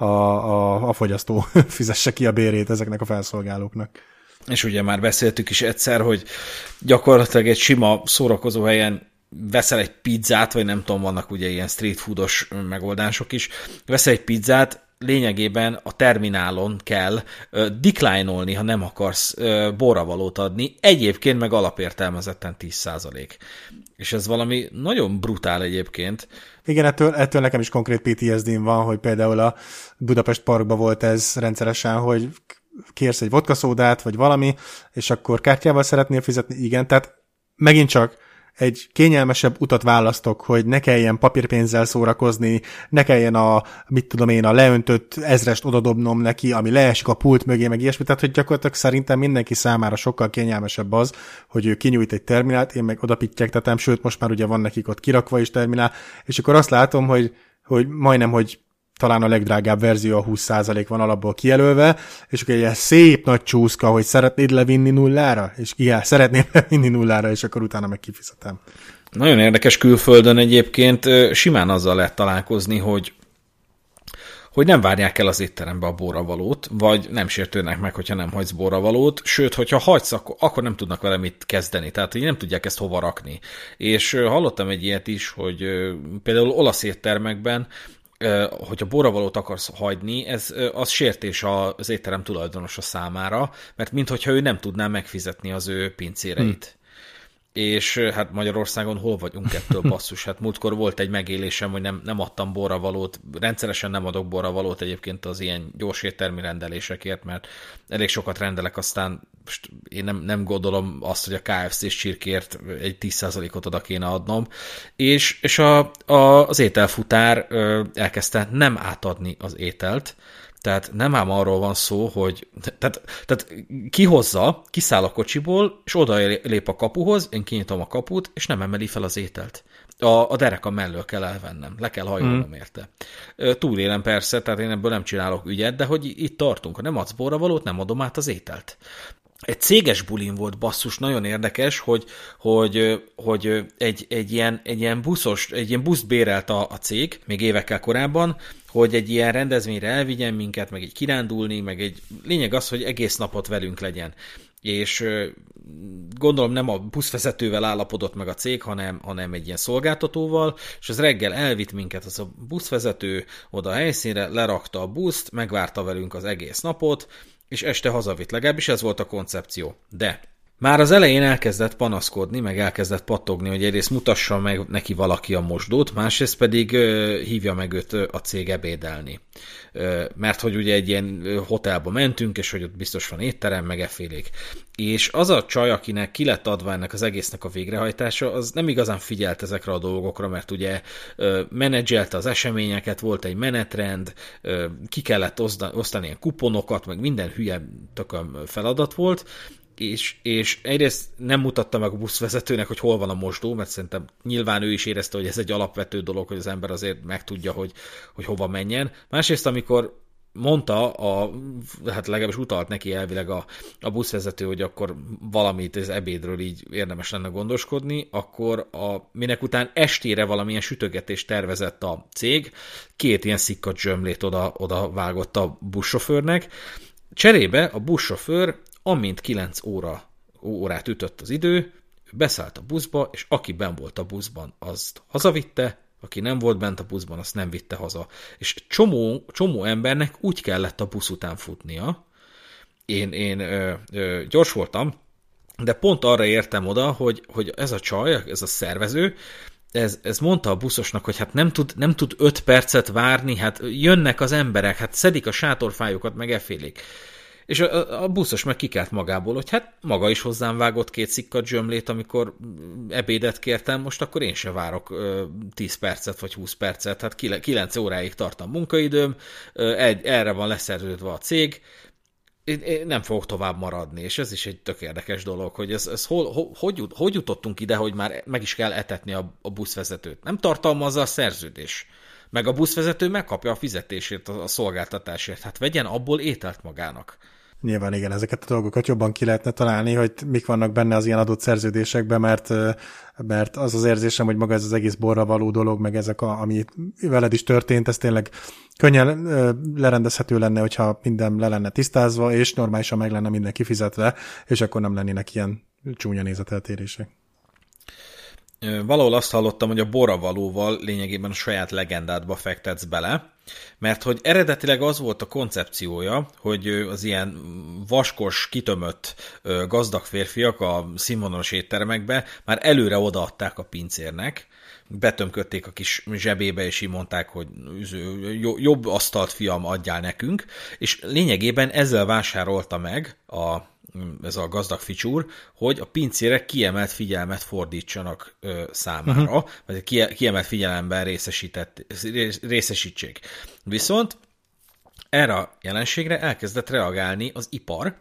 a fogyasztó fizesse ki a bérét ezeknek a felszolgálóknak. És ugye már beszéltük is egyszer, hogy gyakorlatilag egy sima szórakozó helyen veszel egy pizzát, vagy nem tudom, vannak ugye ilyen street foodos megoldások is, veszel egy pizzát, lényegében a terminálon kell decline-olni, ha nem akarsz borravalót adni, egyébként meg alapértelmezetten 10%. És ez valami nagyon brutál egyébként. Igen, ettől nekem is konkrét PTSD-m van, hogy például a Budapest Parkban volt ez rendszeresen, hogy kérsz egy vodkaszódát, vagy valami, és akkor kártyával szeretnél fizetni, igen, tehát megint csak egy kényelmesebb utat választok, hogy ne kelljen papírpénzzel szórakozni, ne kelljen a leöntött ezrest odadobnom neki, ami leesik a pult mögé, meg ilyesmi, tehát hogy gyakorlatilag szerintem mindenki számára sokkal kényelmesebb az, hogy ő kinyújt egy terminált, én meg oda pittyegtetem, sőt, most már ugye van nekik ott kirakva is terminál, és akkor azt látom, hogy majdnem, hogy talán a legdrágább verzió a 20% van alapból kijelölve, és akkor egy ilyen szép nagy csúszka, hogy szeretnéd levinni nullára? És igen, szeretném levinni nullára, és akkor utána meg kifizetem. Nagyon érdekes külföldön egyébként simán azzal lehet találkozni, hogy nem várják el az étterembe a borravalót, vagy nem sértődnek meg, hogyha nem hagysz borravalót, sőt, hogyha hagysz, akkor nem tudnak vele mit kezdeni, tehát hogy nem tudják ezt hova rakni. És hallottam egy ilyet is, hogy például olasz éttermekben hogyha borravalót akarsz hagyni, az sértés az étterem tulajdonosa számára, mert minthogyha ő nem tudná megfizetni az ő pincéreit. És hát Magyarországon hol vagyunk ettől, basszus? Hát múltkor volt egy megélésem, hogy nem adtam borravalót, rendszeresen nem adok borravalót egyébként az ilyen gyors éttermi rendelésekért, mert elég sokat rendelek, aztán most én nem gondolom azt, hogy a KFC-s csirkért egy 10%-ot oda kéne adnom, és az ételfutár elkezdte nem átadni az ételt, tehát nem ám arról van szó, hogy tehát kihozza, kiszáll a kocsiból, és oda lép a kapuhoz, én kinyitom a kaput, és nem emeli fel az ételt. A dereka mellől kell elvennem, le kell hajolnom érte. Túlélem persze, tehát én ebből nem csinálok ügyet, de hogy itt tartunk, ha nem adsz borravalót, nem adom át az ételt. Egy céges bulin volt, basszus, nagyon érdekes, hogy egy ilyen buszt bérelt a cég, még évekkel korábban, hogy egy ilyen rendezvényre elvigyen minket, meg egy kirándulni, meg lényeg az, hogy egész napot velünk legyen. És gondolom nem a buszvezetővel állapodott meg a cég, hanem egy ilyen szolgáltatóval, és az reggel elvitt minket az a buszvezető oda a helyszínre, lerakta a buszt, megvárta velünk az egész napot, és este hazavitt, legalábbis ez volt a koncepció. De már az elején elkezdett panaszkodni, meg elkezdett pattogni, hogy egyrészt mutassa meg neki valaki a mosdót, másrészt pedig hívja meg őt a cég ebédelni. Mert hogy ugye egy ilyen hotelba mentünk, és hogy ott biztos van étterem, meg effélék. És az a csaj, akinek ki lett adva ennek az egésznek a végrehajtása, az nem igazán figyelt ezekre a dolgokra, mert ugye menedzselte az eseményeket, volt egy menetrend, ki kellett osztani ilyen kuponokat, meg minden hülye tököm feladat volt, és egyrészt nem mutatta meg a buszvezetőnek, hogy hol van a mosdó, mert szerintem nyilván ő is érezte, hogy ez egy alapvető dolog, hogy az ember azért megtudja, hogy hova menjen. Másrészt, amikor mondta, hát legalábbis utalt neki elvileg a buszvezető, hogy akkor valamit az ebédről így érdemes lenne gondoskodni, akkor minek után estére valamilyen sütögetést tervezett a cég, 2 ilyen szikkat zsömlét oda vágott a buszsofőrnek. Cserébe a buszsofőr, amint 9 órát ütött az idő, beszállt a buszba, és aki benn volt a buszban, azt hazavitte, aki nem volt bent a buszban, azt nem vitte haza. És csomó embernek úgy kellett a busz után futnia. Én gyors voltam, de pont arra értem oda, hogy ez a csaj, ez a szervező, ez mondta a buszosnak, hogy hát nem tud 5 percet várni, hát jönnek az emberek, hát szedik a sátorfájukat, meg effélék. És a buszos meg kikelt magából, hogy hát maga is hozzám vágott 2 szikkat zsömlét, amikor ebédet kértem, most akkor én se várok 10 percet vagy 20 percet, hát 9 óráig tart a munkaidőm, erre van leszerződve a cég, én nem fogok tovább maradni, és ez is egy tök érdekes dolog, hogy hogy jutottunk ide, hogy már meg is kell etetni a buszvezetőt. Nem tartalmazza a szerződés. Meg a buszvezető megkapja a fizetését a szolgáltatásért. Hát vegyen abból ételt magának. Nyilván igen, ezeket a dolgokat jobban ki lehetne találni, hogy mik vannak benne az ilyen adott szerződésekben, mert az érzésem, hogy maga ez az egész borra való dolog, meg ezek, ami veled is történt, ez tényleg könnyen lerendezhető lenne, hogyha minden le lenne tisztázva, és normálisan meg lenne minden kifizetve, és akkor nem lennének ilyen csúnya nézeteltérések. Valahol azt hallottam, hogy a borravalóval lényegében a saját legendádba fektetsz bele, mert hogy eredetileg az volt a koncepciója, hogy az ilyen vaskos, kitömött gazdag férfiak a színvonalas éttermekbe már előre odaadták a pincérnek, betömködték a kis zsebébe, és így mondták, hogy jobb asztalt, fiam, adjál nekünk, és lényegében ezzel vásárolta meg ez a gazdag ficsúr, hogy a pincérek kiemelt figyelmet fordítsanak számára, vagy kiemelt figyelemben részesítsék. Viszont erre a jelenségre elkezdett reagálni az ipar,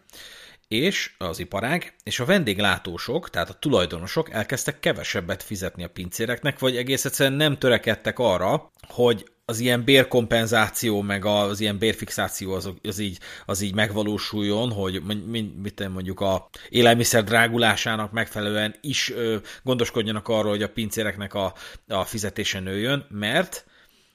és az iparág, és a vendéglátósok, tehát a tulajdonosok elkezdtek kevesebbet fizetni a pincéreknek, vagy egész egyszerűen nem törekedtek arra, hogy az ilyen bérkompenzáció, meg az ilyen bérfixáció az így megvalósuljon, hogy mondjuk a élelmiszer drágulásának megfelelően is gondoskodjanak arról, hogy a pincéreknek a fizetése nőjön, mert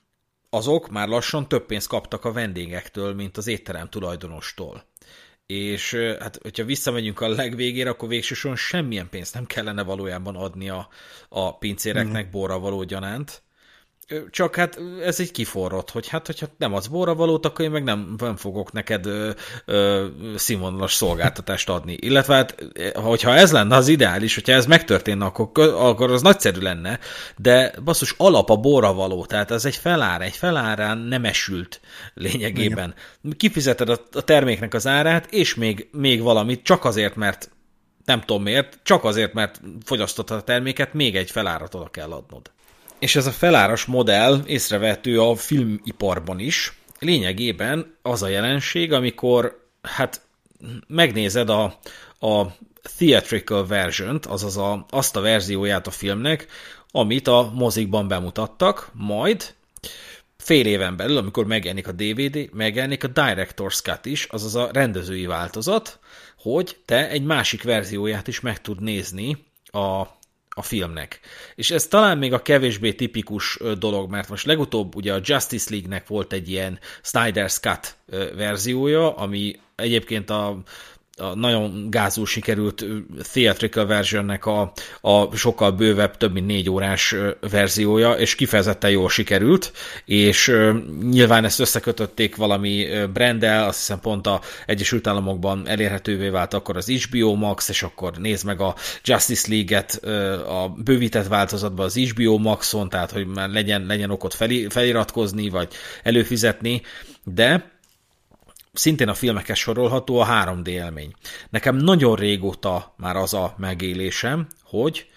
azok már lassan több pénzt kaptak a vendégektől, mint az étterem tulajdonostól. És hát, hogyha visszamegyünk a legvégére, akkor végsősorban semmilyen pénzt nem kellene valójában adni a pincéreknek borra való gyanánt, Csak hát ez így kiforrott, hogy hát, hogyha nem adsz borravalót, akkor én meg nem fogok neked színvonalas szolgáltatást adni. Illetve hát, hogyha ez lenne az ideális, hogyha ez megtörténne, akkor az nagyszerű lenne, de basszus, alap a borravaló, tehát ez egy felárán nem esült lényegében. Kifizeted a terméknek az árát, és még valamit, csak azért, mert nem tudom miért, csak azért, mert fogyasztottad a terméket, még egy felárat oda kell adnod. És ez a feláras modell észrevehető a filmiparban is. Lényegében az a jelenség, amikor hát megnézed a theatrical version-t, azaz azt a verzióját a filmnek, amit a mozikban bemutattak, majd fél éven belül, amikor megjelenik a DVD, megjelenik a Director's Cut is, azaz a rendezői változat, hogy te egy másik verzióját is meg tud nézni a filmnek. És ez talán még a kevésbé tipikus dolog, mert most legutóbb ugye a Justice League-nek volt egy ilyen Snyder's Cut verziója, ami egyébként a nagyon gázul sikerült theatrical versionnek a sokkal bővebb, több mint 4 órás verziója, és kifejezetten jól sikerült, és nyilván ezt összekötötték valami branddel, azt hiszem pont a Egyesült Államokban elérhetővé vált akkor az HBO Max, és akkor nézd meg a Justice League-et a bővített változatban az HBO Maxon, tehát hogy már legyen okot feliratkozni, vagy előfizetni, de szintén a filmekhez sorolható a 3D élmény. Nekem nagyon régóta már az a megélésem, hogy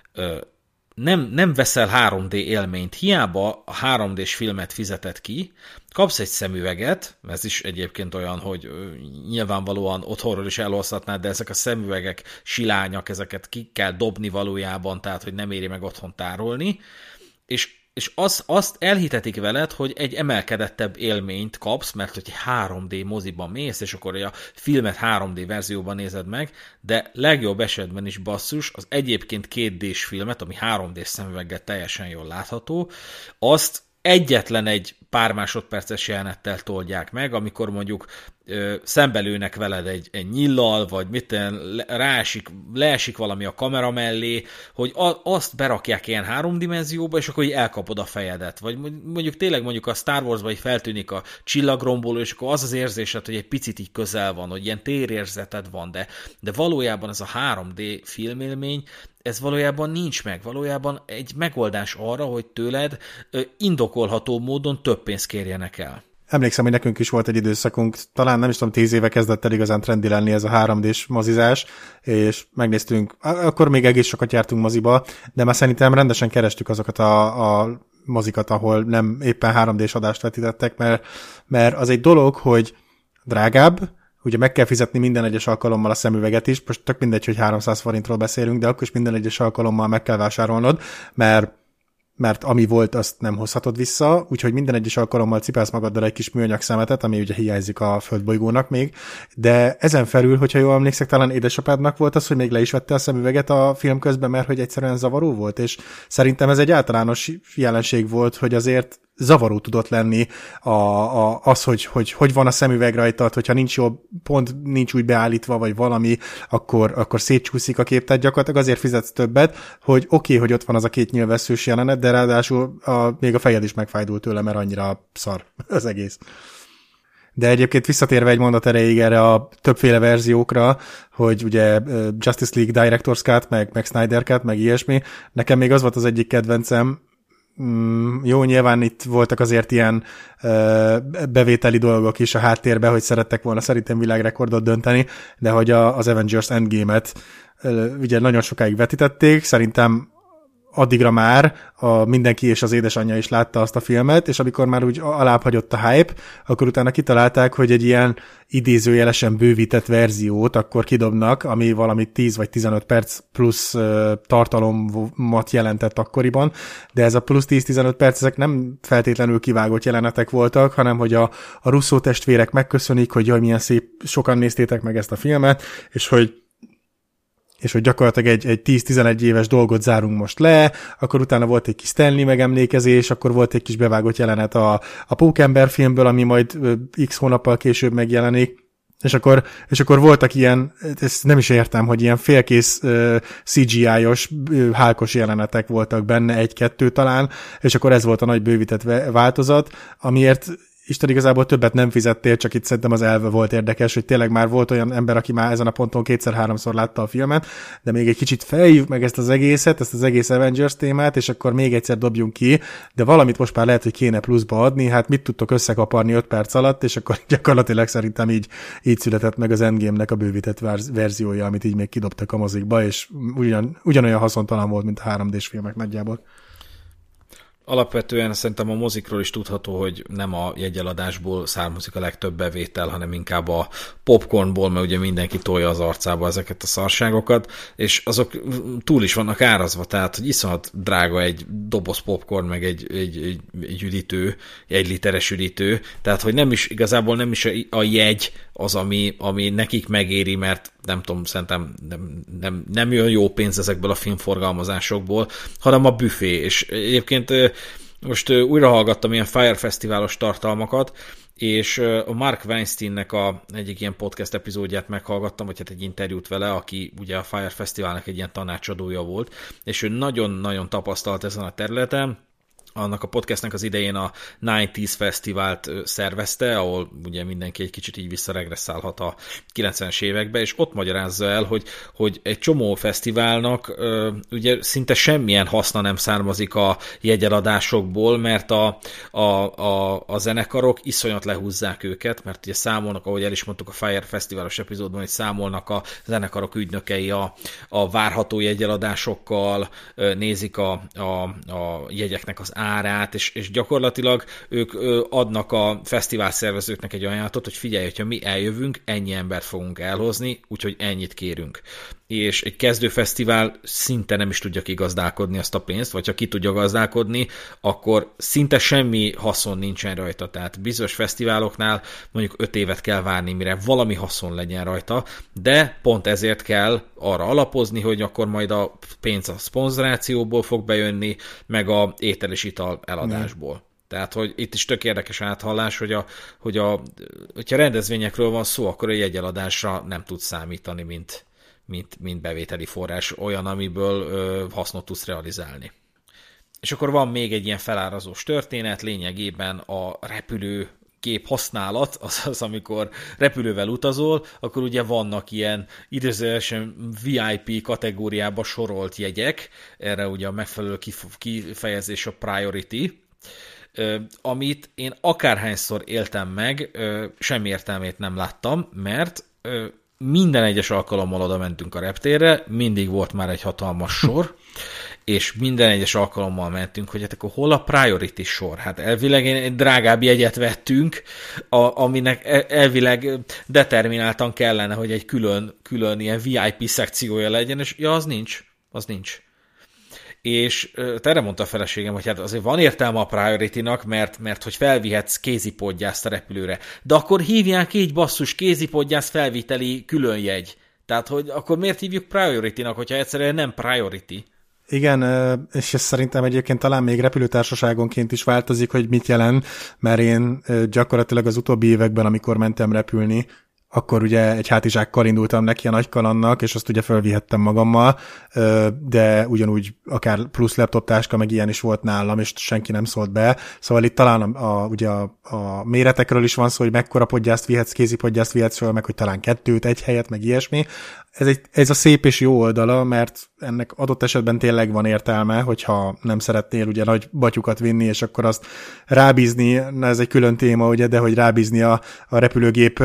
nem veszel 3D élményt, hiába a 3D-s filmet fizeted ki, kapsz egy szemüveget, ez is egyébként olyan, hogy nyilvánvalóan otthonról is elhozhatnád, de ezek a szemüvegek silányak, ezeket ki kell dobni valójában, tehát hogy nem éri meg otthon tárolni, és azt elhitetik veled, hogy egy emelkedettebb élményt kapsz, mert hogy 3D moziban mész, és akkor a filmet 3D verzióban nézed meg, de legjobb esetben is basszus, az egyébként 2D-s filmet, ami 3D-s szemüveggel teljesen jól látható, azt egyetlen egy pár másodperces jelenettel toldják meg, amikor mondjuk szembelőnek veled egy nyillal, vagy leesik valami a kamera mellé, hogy azt berakják ilyen 3 dimenzióba, és akkor így elkapod a fejedet. Vagy mondjuk a Star Wars-ban így feltűnik a csillagromboló, és akkor az érzésed, hogy egy picit így közel van, hogy ilyen térérzeted van, de valójában ez a 3D filmélmény, ez valójában nincs meg. Valójában egy megoldás arra, hogy tőled indokolható módon több pénzt kérjenek el. Emlékszem, hogy nekünk is volt egy időszakunk, talán nem is tudom, 10 éve kezdett el igazán trendi lenni ez a 3D-s mozizás, és megnéztünk, akkor még egész sokat jártunk moziba, de már szerintem rendesen kerestük azokat a mozikat, ahol nem éppen 3D-s adást vetítettek, mert az egy dolog, hogy drágább, ugye meg kell fizetni minden egyes alkalommal a szemüveget is, most tök mindegy, hogy 300 forintról beszélünk, de akkor is minden egyes alkalommal meg kell vásárolnod, mert ami volt, azt nem hozhatod vissza, úgyhogy minden egyes alkalommal cipelsz magaddal egy kis műanyag szemetet, ami ugye hiányzik a földbolygónak még, de ezen felül, hogyha jól emlékszek, talán édesapádnak volt az, hogy még le is vette a szemüveget a film közben, mert hogy egyszerűen zavaró volt, és szerintem ez egy általános jelenség volt, hogy azért zavaró tudott lenni az, hogy van a szemüveg rajtad, hogyha nincs jó, pont nincs úgy beállítva, vagy valami, akkor szétcsúszik a kép, tehát gyakorlatilag azért fizetsz többet, hogy oké, hogy ott van az a 2 nyilvesszős jelenet, de ráadásul még a fejed is megfájdult tőle, mert annyira szar az egész. De egyébként visszatérve egy mondat erejéig erre a többféle verziókra, hogy ugye Justice League Director's Cut, meg Snyder Cut, meg ilyesmi, nekem még az volt az egyik kedvencem, jó, nyilván itt voltak azért ilyen bevételi dolgok is a háttérben, hogy szerettek volna szerintem világrekordot dönteni, de hogy az Avengers Endgame-et ugye nagyon sokáig vetítették, szerintem addigra már mindenki és az édesanyja is látta azt a filmet, és amikor már úgy alább hagyott a hype, akkor utána kitalálták, hogy egy ilyen idézőjelesen bővített verziót akkor kidobnak, ami valami 10 vagy 15 perc plusz tartalommat jelentett akkoriban, de ez a plusz 10-15 perc, ezek nem feltétlenül kivágott jelenetek voltak, hanem hogy a Russo testvérek megköszönik, hogy jaj, milyen szép, sokan néztétek meg ezt a filmet, és hogy gyakorlatilag egy 10-11 éves dolgot zárunk most le, akkor utána volt egy kis Stanley megemlékezés, akkor volt egy kis bevágott jelenet a Pókember filmből, ami majd x hónappal később megjelenik, És akkor voltak ilyen, ezt nem is értem, hogy ilyen félkész CGI-os, hálkos jelenetek voltak benne, egy-kettő talán, és akkor ez volt a nagy bővített változat, amiért Isten igazából többet nem fizettél, csak itt szerintem az elve volt érdekes, hogy tényleg már volt olyan ember, aki már ezen a ponton 2-3-szor látta a filmet, de még egy kicsit feljük meg ezt az egészet, ezt az egész Avengers témát, és akkor még egyszer dobjunk ki, de valamit most már lehet, hogy kéne pluszba adni, hát mit tudtok összekaparni 5 perc alatt, és akkor gyakorlatilag szerintem így született meg az Endgame-nek a bővített verziója, amit így még kidobtak a mozikba, és ugyanolyan haszontalan volt, mint a 3D-s filmek nagyjából. Alapvetően szerintem a mozikról is tudható, hogy nem a jegyeladásból származik a legtöbb bevétel, hanem inkább a popcornból, mert ugye mindenki tolja az arcába ezeket a szarságokat, és azok túl is vannak árazva, tehát hogy iszonyat drága egy doboz popcorn, meg egy üdítő, 1 literes üdítő, tehát hogy igazából nem is a jegy az, ami nekik megéri, mert nem tudom, szerintem nem jön jó pénz ezekből a filmforgalmazásokból, hanem a büfé, és egyébként most újra hallgattam ilyen Fire Fesztiválos tartalmakat, és a Mark Weinsteinnek egyik ilyen podcast epizódját meghallgattam, vagy hát egy interjút vele, aki ugye a Fire Fesztiválnak egy ilyen tanácsadója volt, és ő nagyon-nagyon tapasztalt ezen a területen. Annak a podcastnek az idején a 90s Fesztivált szervezte, ahol ugye mindenki egy kicsit így visszaregresszálhat a 90-es évekbe, és ott magyarázza el, hogy egy csomó fesztiválnak ugye szinte semmilyen haszna nem származik a jegyeladásokból, mert a zenekarok iszonyat lehúzzák őket, mert ugye számolnak, ahogy el is mondtuk a Fire Fesztiválos epizódban, hogy számolnak a zenekarok ügynökei a várható jegyeladásokkal, nézik a jegyeknek az árát, és gyakorlatilag ők adnak a fesztivál szervezőknek egy ajánlatot, hogy figyelj, hogyha mi eljövünk, ennyi embert fogunk elhozni, úgyhogy ennyit kérünk. És egy kezdőfesztivál szinte nem is tudja kigazdálkodni azt a pénzt, vagy ha ki tudja gazdálkodni, akkor szinte semmi haszon nincsen rajta. Tehát bizonyos fesztiváloknál mondjuk 5 évet kell várni, mire valami haszon legyen rajta, de pont ezért kell arra alapozni, hogy akkor majd a pénz a szponzorációból fog bejönni, meg a étel és ital eladásból. Tehát, hogy itt is tök érdekes áthallás, hogyha rendezvényekről van szó, akkor a jegyeladásra nem tud számítani, mint bevételi forrás, olyan, amiből hasznot tudsz realizálni. És akkor van még egy ilyen felárazós történet, lényegében a repülőgép használat, az amikor repülővel utazol, akkor ugye vannak ilyen idézőjelesen VIP kategóriába sorolt jegyek, erre ugye a megfelelő kifejezés a priority, amit én akárhányszor éltem meg, semmi értelmét nem láttam, mert minden egyes alkalommal oda mentünk a reptérre, mindig volt már egy hatalmas sor, és minden egyes alkalommal mentünk, hogy hát akkor hol a priority sor? Hát elvileg egy drágább jegyet vettünk, aminek elvileg determináltan kellene, hogy egy külön ilyen VIP szekciója legyen, és ja, az nincs. És erre mondta a feleségem, hogy hát azért van értelme a priority-nak, mert hogy felvihetsz kézipodgyászt a repülőre. De akkor hívják így, basszus, kézipodgyász felviteli különjegy. Tehát, hogy akkor miért hívjuk priority-nak, hogyha egyszerűen nem priority? Igen, és ez szerintem egyébként talán még repülőtársaságonként is változik, hogy mit jelent, mert én gyakorlatilag az utóbbi években, amikor mentem repülni, akkor ugye egy hátizsákkal indultam neki a nagy kalandnak, és azt ugye felvihettem magammal, de ugyanúgy akár plusz laptop táska, meg ilyen is volt nálam, és senki nem szólt be. Szóval itt talán ugye a méretekről is van szó, hogy mekkora podgyászt vihetsz, kézipodgyászt vihetsz föl, meg hogy talán 2, egy helyet, meg ilyesmi. Ez a szép és jó oldala, mert ennek adott esetben tényleg van értelme, hogyha nem szeretnél ugye nagy batyukat vinni, és akkor azt rábízni, na ez egy külön téma, ugye, de hogy rábízni a repülőgép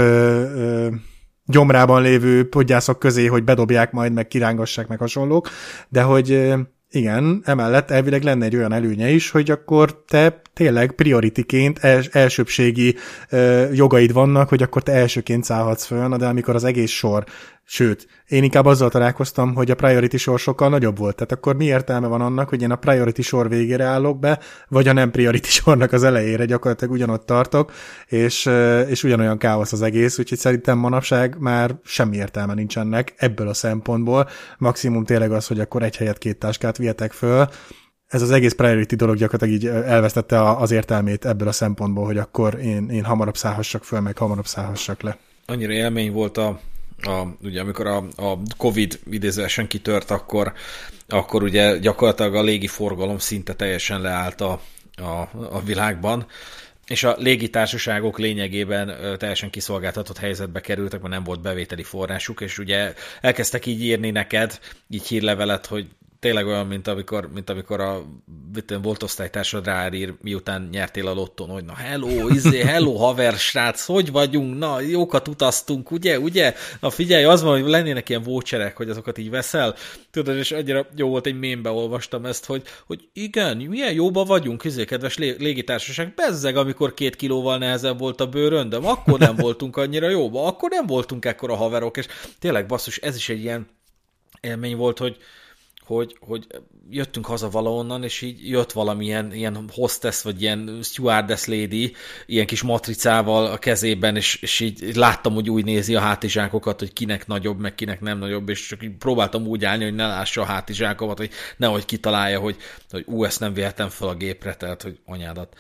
gyomrában lévő podgyászok közé, hogy bedobják majd, meg kirángassák, meg hasonlók, de hogy igen, emellett elvileg lenne egy olyan előnye is, hogy akkor te tényleg priorityként elsőbségi jogaid vannak, hogy akkor te elsőként szállhatsz föl, de amikor az egész sor, sőt, én inkább azzal találkoztam, hogy a priority sor sokkal nagyobb volt. Tehát akkor mi értelme van annak, hogy én a priority sor végére állok be, vagy a nem priority sornak az elejére gyakorlatilag ugyanott tartok, és ugyanolyan káosz az egész, úgyhogy szerintem manapság már semmi értelme nincs ennek ebből a szempontból. Maximum tényleg az, hogy akkor egy helyet 2 táskát vihetek föl. Ez az egész priority dolog gyakorlatilag így elvesztette az értelmét ebből a szempontból, hogy akkor én hamarabb szállhassak föl, meg hamarabb szállhassak le. annyira élmény volt ugye amikor a Covid idézősen kitört, akkor ugye gyakorlatilag a légiforgalom szinte teljesen leállt a világban, és a légitársaságok lényegében teljesen kiszolgáltatott helyzetbe kerültek, mert nem volt bevételi forrásuk, és ugye elkezdtek így írni neked, így hírlevelet, hogy tényleg olyan, mint amikor a volt osztálytársad ráír, miután nyertél a lottón, hogy na hello haver srác, hogy vagyunk, na jókat utaztunk, ugye? Na figyelj, az van, hogy lennének ilyen voucherek, hogy azokat így veszel. Tudod, és annyira jó volt, egy mémbe olvastam ezt, hogy igen, milyen jóba vagyunk, kedves légitársaság, bezzeg, amikor 2 kilóval nehezebb volt a bőröndöm, akkor nem voltunk annyira jóba, akkor nem voltunk ekkora haverok, és tényleg basszus, ez is egy ilyen élmény volt, hogy jöttünk haza valahonnan, és így jött valamilyen ilyen hostess, vagy ilyen stewardess lady, ilyen kis matricával a kezében, és így láttam, hogy úgy nézi a hátizsákokat, hogy kinek nagyobb, meg kinek nem nagyobb, és csak így próbáltam úgy állni, hogy ne lássa a hátizsákomat, hogy nehogy kitalálja, hogy ezt nem vihetem fel a gépre, tehát, hogy anyádat.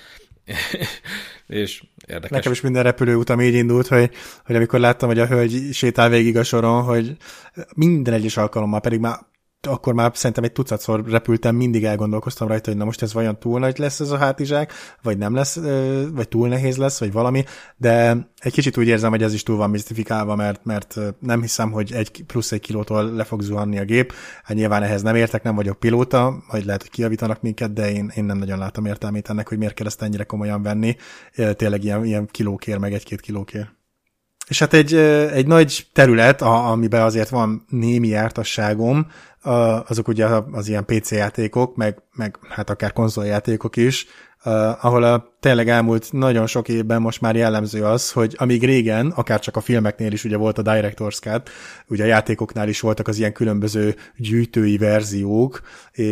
És érdekes. Nekem is minden repülőutam így indult, hogy amikor láttam, hogy a hölgy sétál végig a soron, hogy minden egyes alkalommal, pedig akkor már szerintem egy tucatszor repültem, mindig elgondolkoztam rajta, hogy na most ez vajon túl nagy lesz ez a hátizsák, vagy nem lesz, vagy túl nehéz lesz, vagy valami, de egy kicsit úgy érzem, hogy ez is túl van misztifikálva, mert nem hiszem, hogy plusz egy kilótól le fog zuhanni a gép. Hát nyilván ehhez nem értek, nem vagyok pilóta, vagy lehet, hogy kijavítanak minket, de én nem nagyon látom értelmét ennek, hogy miért kell ezt ennyire komolyan venni. Tényleg ilyen kilókér, meg 1-2 kilókér. És hát egy nagy terület, amiben azért van némi jártasságom, azok ugye az ilyen PC játékok, meg hát akár konzoljátékok is, ahol a tényleg elmúlt nagyon sok évben most már jellemző az, hogy amíg régen, akár csak a filmeknél is ugye volt a Director's Cut, ugye a játékoknál is voltak az ilyen különböző gyűjtői verziók,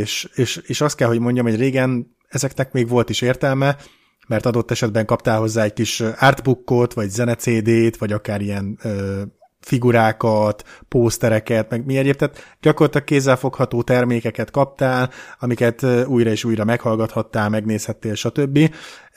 és azt kell, hogy mondjam, hogy régen ezeknek még volt is értelme, mert adott esetben kaptál hozzá egy kis artbookot, vagy zene-CD-t, vagy akár ilyen figurákat, pósztereket, meg mi egyéb, tehát gyakorlatilag kézzelfogható termékeket kaptál, amiket újra és újra meghallgathattál, megnézhettél, stb.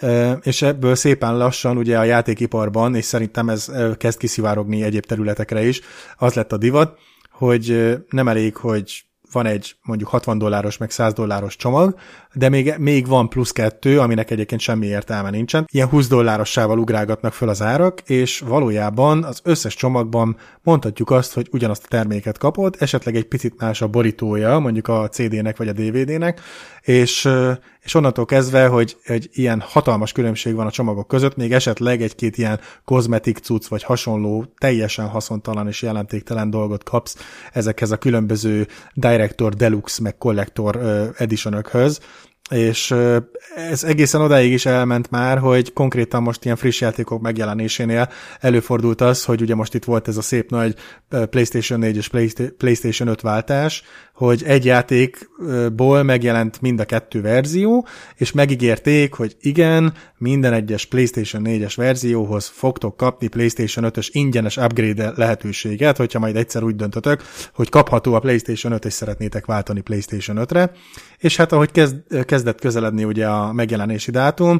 És ebből szépen lassan ugye a játékiparban, és szerintem ez kezd kiszivárogni egyéb területekre is, az lett a divat, hogy nem elég, hogy van egy mondjuk $60 meg $100 csomag, de még van plusz 2, aminek egyébként semmi értelme nincsen. Ilyen $20-sával ugrálgatnak föl az árak, és valójában az összes csomagban mondhatjuk azt, hogy ugyanazt a terméket kapod, esetleg egy picit más a borítója, mondjuk a CD-nek vagy a DVD-nek, és onnantól kezdve, hogy egy ilyen hatalmas különbség van a csomagok között, még esetleg egy-két ilyen kozmetik cucc, vagy hasonló, teljesen haszontalan és jelentéktelen dolgot kapsz ezekhez a különböző Director Deluxe meg Collector Editionökhöz, és ez egészen odáig is elment már, hogy konkrétan most ilyen friss játékok megjelenésénél előfordult az, hogy ugye most itt volt ez a szép nagy PlayStation 4 és PlayStation 5 váltás, hogy egy játékból megjelent mind a 2 verzió, és megígérték, hogy igen, minden egyes PlayStation 4-es verzióhoz fogtok kapni PlayStation 5-ös ingyenes upgrade lehetőséget, hogyha majd egyszer úgy döntötök, hogy kapható a PlayStation 5 és szeretnétek váltani PlayStation 5-re. És hát ahogy kezdett közeledni ugye a megjelenési dátum,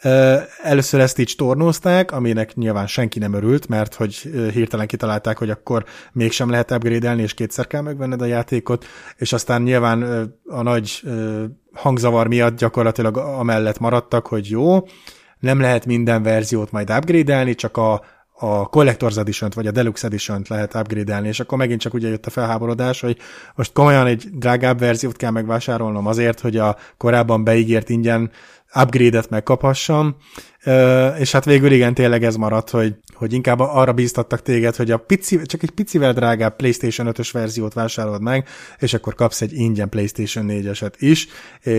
először ezt így tornózták, aminek nyilván senki nem örült, mert hogy hirtelen kitalálták, hogy akkor mégsem lehet upgrade-elni, és kétszer kell megvenned a játékot, és aztán nyilván a nagy hangzavar miatt gyakorlatilag amellett maradtak, hogy jó, nem lehet minden verziót majd upgrade-elni, csak a Collector's Edition-t vagy a Deluxe Edition-t lehet upgrade-elni, és akkor megint csak ugye jött a felháborodás, hogy most komolyan egy drágább verziót kell megvásárolnom azért, hogy a korábban beígért ingyen upgrade-et megkaphassam, és hát végül igen, tényleg ez maradt, hogy inkább arra bíztattak téged, hogy csak egy picivel drágább PlayStation 5-ös verziót vásárolod meg, és akkor kapsz egy ingyen PlayStation 4-eset is,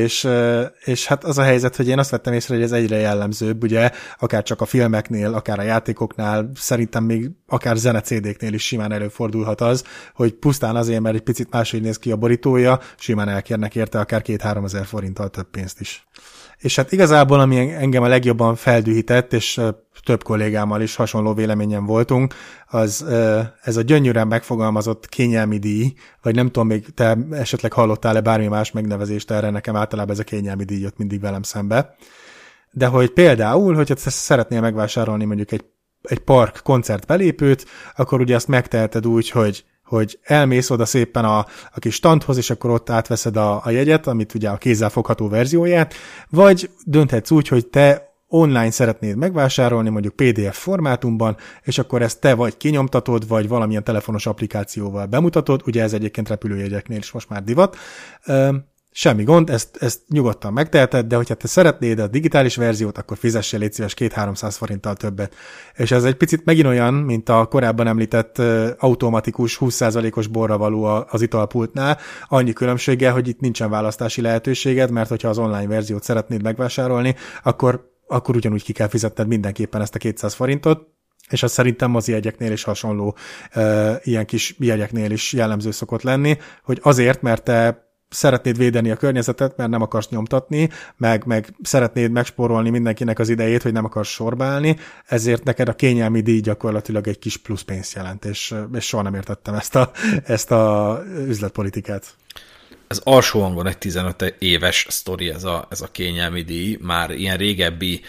és hát az a helyzet, hogy én azt vettem észre, hogy ez egyre jellemzőbb, ugye, akár csak a filmeknél, akár a játékoknál, szerintem még akár zene-CD-knél is simán előfordulhat az, hogy pusztán azért, mert egy picit máshogy néz ki a borítója, simán elkérnek érte akár 2-3 ezer forinttal több pénzt is. És hát igazából, ami engem a legjobban feldühített, és több kollégámmal is hasonló véleményen voltunk, az ez a gyönyörűen megfogalmazott kényelmi díj, vagy nem tudom, még te esetleg hallottál-e bármi más megnevezést erre, nekem általában ez a kényelmi díj jött mindig velem szembe. De hogy például, hogyha szeretnél megvásárolni mondjuk egy egy park koncert belépőt, akkor ugye azt megteheted úgy, hogy elmész oda szépen a kis standhoz, és akkor ott átveszed a jegyet, amit ugye a kézzel fogható verzióját, vagy dönthetsz úgy, hogy te online szeretnéd megvásárolni, mondjuk PDF formátumban, és akkor ezt te vagy kinyomtatod, vagy valamilyen telefonos applikációval bemutatod, ugye ez egyébként repülőjegyeknél is most már divat. Semmi gond, ezt nyugodtan megteheted, de hogyha te szeretnéd a digitális verziót, akkor fizessél légy szíves 200-300 forinttal többet. És ez egy picit megint olyan, mint a korábban említett automatikus 20%-os borravaló az italpultnál, annyi különbséggel, hogy itt nincsen választási lehetőséged, mert hogyha az online verziót szeretnéd megvásárolni, akkor ugyanúgy ki kell fizetned mindenképpen ezt a 200 forintot, és az szerintem mozi jegyeknél is hasonló, ilyen kis jegyeknél is jellemző szokott lenni, hogy azért, mert te szeretnéd védeni a környezetet, mert nem akarsz nyomtatni, meg szeretnéd megspórolni mindenkinek az idejét, hogy nem akarsz sorba állni, ezért neked a kényelmi díj gyakorlatilag egy kis plusz pénzt jelent, és soha nem értettem ezt a üzletpolitikát. Ez alsó hangon egy 15 éves sztori, ez a kényelmi díj. Már ilyen régebbi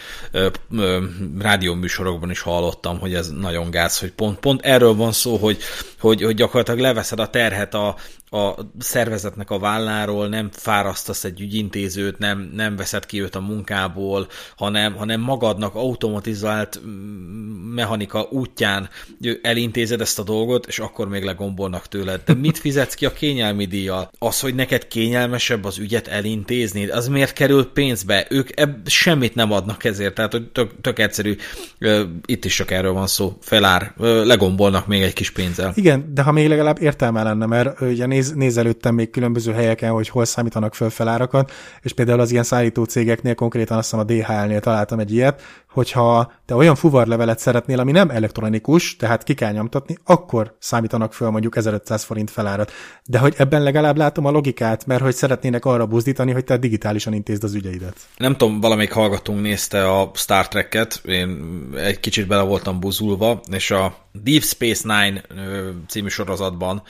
rádióműsorokban is hallottam, hogy ez nagyon gáz, hogy pont erről van szó, hogy gyakorlatilag leveszed a terhet a szervezetnek a válláról, nem fárasztasz egy ügyintézőt, nem veszed ki őt a munkából, hanem magadnak automatizált mechanika útján elintézed ezt a dolgot, és akkor még legombolnak tőled. De mit fizetsz ki a kényelmi díjjal? Az, hogy neked kényelmesebb az ügyet elintézni? Az miért kerül pénzbe? Ők semmit nem adnak ezért, tehát tök egyszerű, itt is csak erről van szó, felár, legombolnak még egy kis pénzzel. Igen, de ha még legalább értelme lenne, mert ugye nézelődtem még különböző helyeken, hogy hol számítanak föl felárakat, és például az ilyen szállító cégeknél, konkrétan azt hiszem a DHL-nél találtam egy ilyet, hogyha te olyan fuvarlevelet szeretnél, ami nem elektronikus, tehát ki kell nyomtatni, akkor számítanak föl mondjuk 1500 forint felárat. De hogy ebben legalább látom a logikát, mert hogy szeretnének arra buzdítani, hogy te digitálisan intézd az ügyeidet. Nem tudom, valamelyik hallgatónk nézte a Star Trek-et, én egy kicsit bele voltam buzulva, és a Deep Space Nine című sorozatban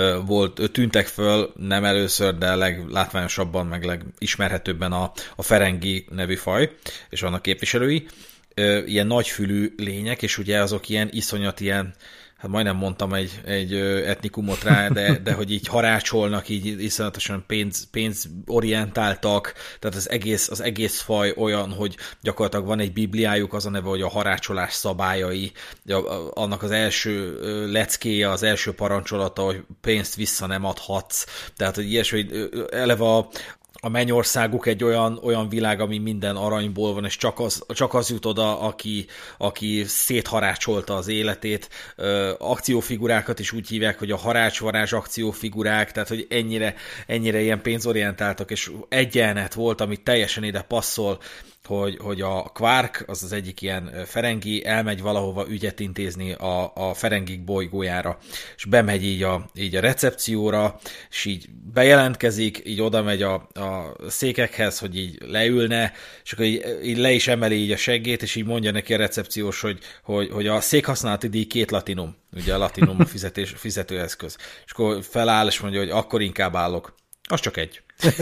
tűntek föl, nem először, de leglátványosabban, meg legismerhetőbben a Ferengi nevű faj, és annak képviselői, ilyen nagyfülű lények, és ugye azok ilyen iszonyat ilyen, hát majdnem mondtam egy etnikumot rá, de hogy így harácsolnak, így iszonyatosan pénzorientáltak, tehát az egész faj olyan, hogy gyakorlatilag van egy bibliájuk, az a neve, hogy a harácsolás szabályai, annak az első leckéje, az első parancsolata, hogy pénzt vissza nem adhatsz, tehát hogy ilyesmi, hogy eleve a mennyországuk egy olyan világ, ami minden aranyból van, és csak az jut oda, aki szétharácsolta az életét. Akciófigurákat is úgy hívják, hogy a harácsvarázs akciófigurák, tehát hogy ennyire ilyen pénzorientáltak, és egy jelenet volt, ami teljesen ide passzol, hogy a Quark, az egyik ilyen Ferengi, elmegy valahova ügyet intézni a Ferengik bolygójára, és bemegy így a recepcióra, és így bejelentkezik, így oda megy a székekhez, hogy így leülne, és akkor így le is emeli így a seggét, és így mondja neki a recepciós, hogy a székhasználati díj 2 latinum, ugye a latinum a fizetőeszköz. És akkor feláll, és mondja, hogy akkor inkább állok. Az csak egy.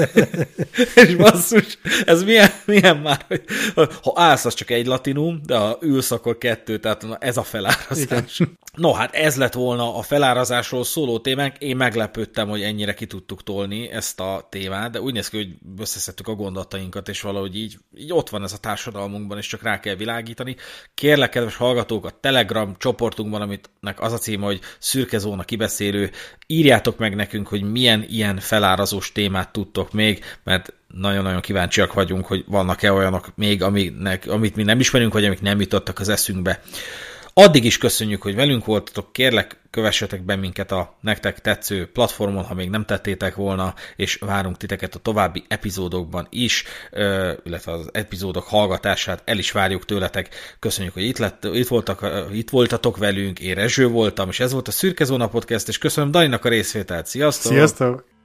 És basszus, ez milyen már, hogy ha állsz, az csak egy latinum, de ha ülsz, akkor 2, tehát ez a felárazás. Igen. No, hát ez lett volna a felárazásról szóló témánk. Én meglepődtem, hogy ennyire ki tudtuk tolni ezt a témát, de úgy néz ki, hogy összeszedtük a gondolatainkat, és valahogy így ott van ez a társadalmunkban, és csak rá kell világítani. Kérlek, kedves hallgatók, a Telegram csoportunkban, aminek az a címe, hogy Szürke Zóna kibeszélő, írjátok meg nekünk, hogy milyen ilyen felárazós témát tudtok még, mert nagyon-nagyon kíváncsiak vagyunk, hogy vannak-e olyanok még, amit mi nem ismerünk, vagy amik nem jutottak az eszünkbe. Addig is köszönjük, hogy velünk voltatok, kérlek, kövessetek be minket a nektek tetsző platformon, ha még nem tettétek volna, és várunk titeket a további epizódokban is, illetve az epizódok hallgatását el is várjuk tőletek. Köszönjük, hogy itt voltatok velünk, én Rezső voltam, és ez volt a Szürke Zóna Podcast, és köszönöm Daninak a részvételt. Sziasztok! Sziasztok!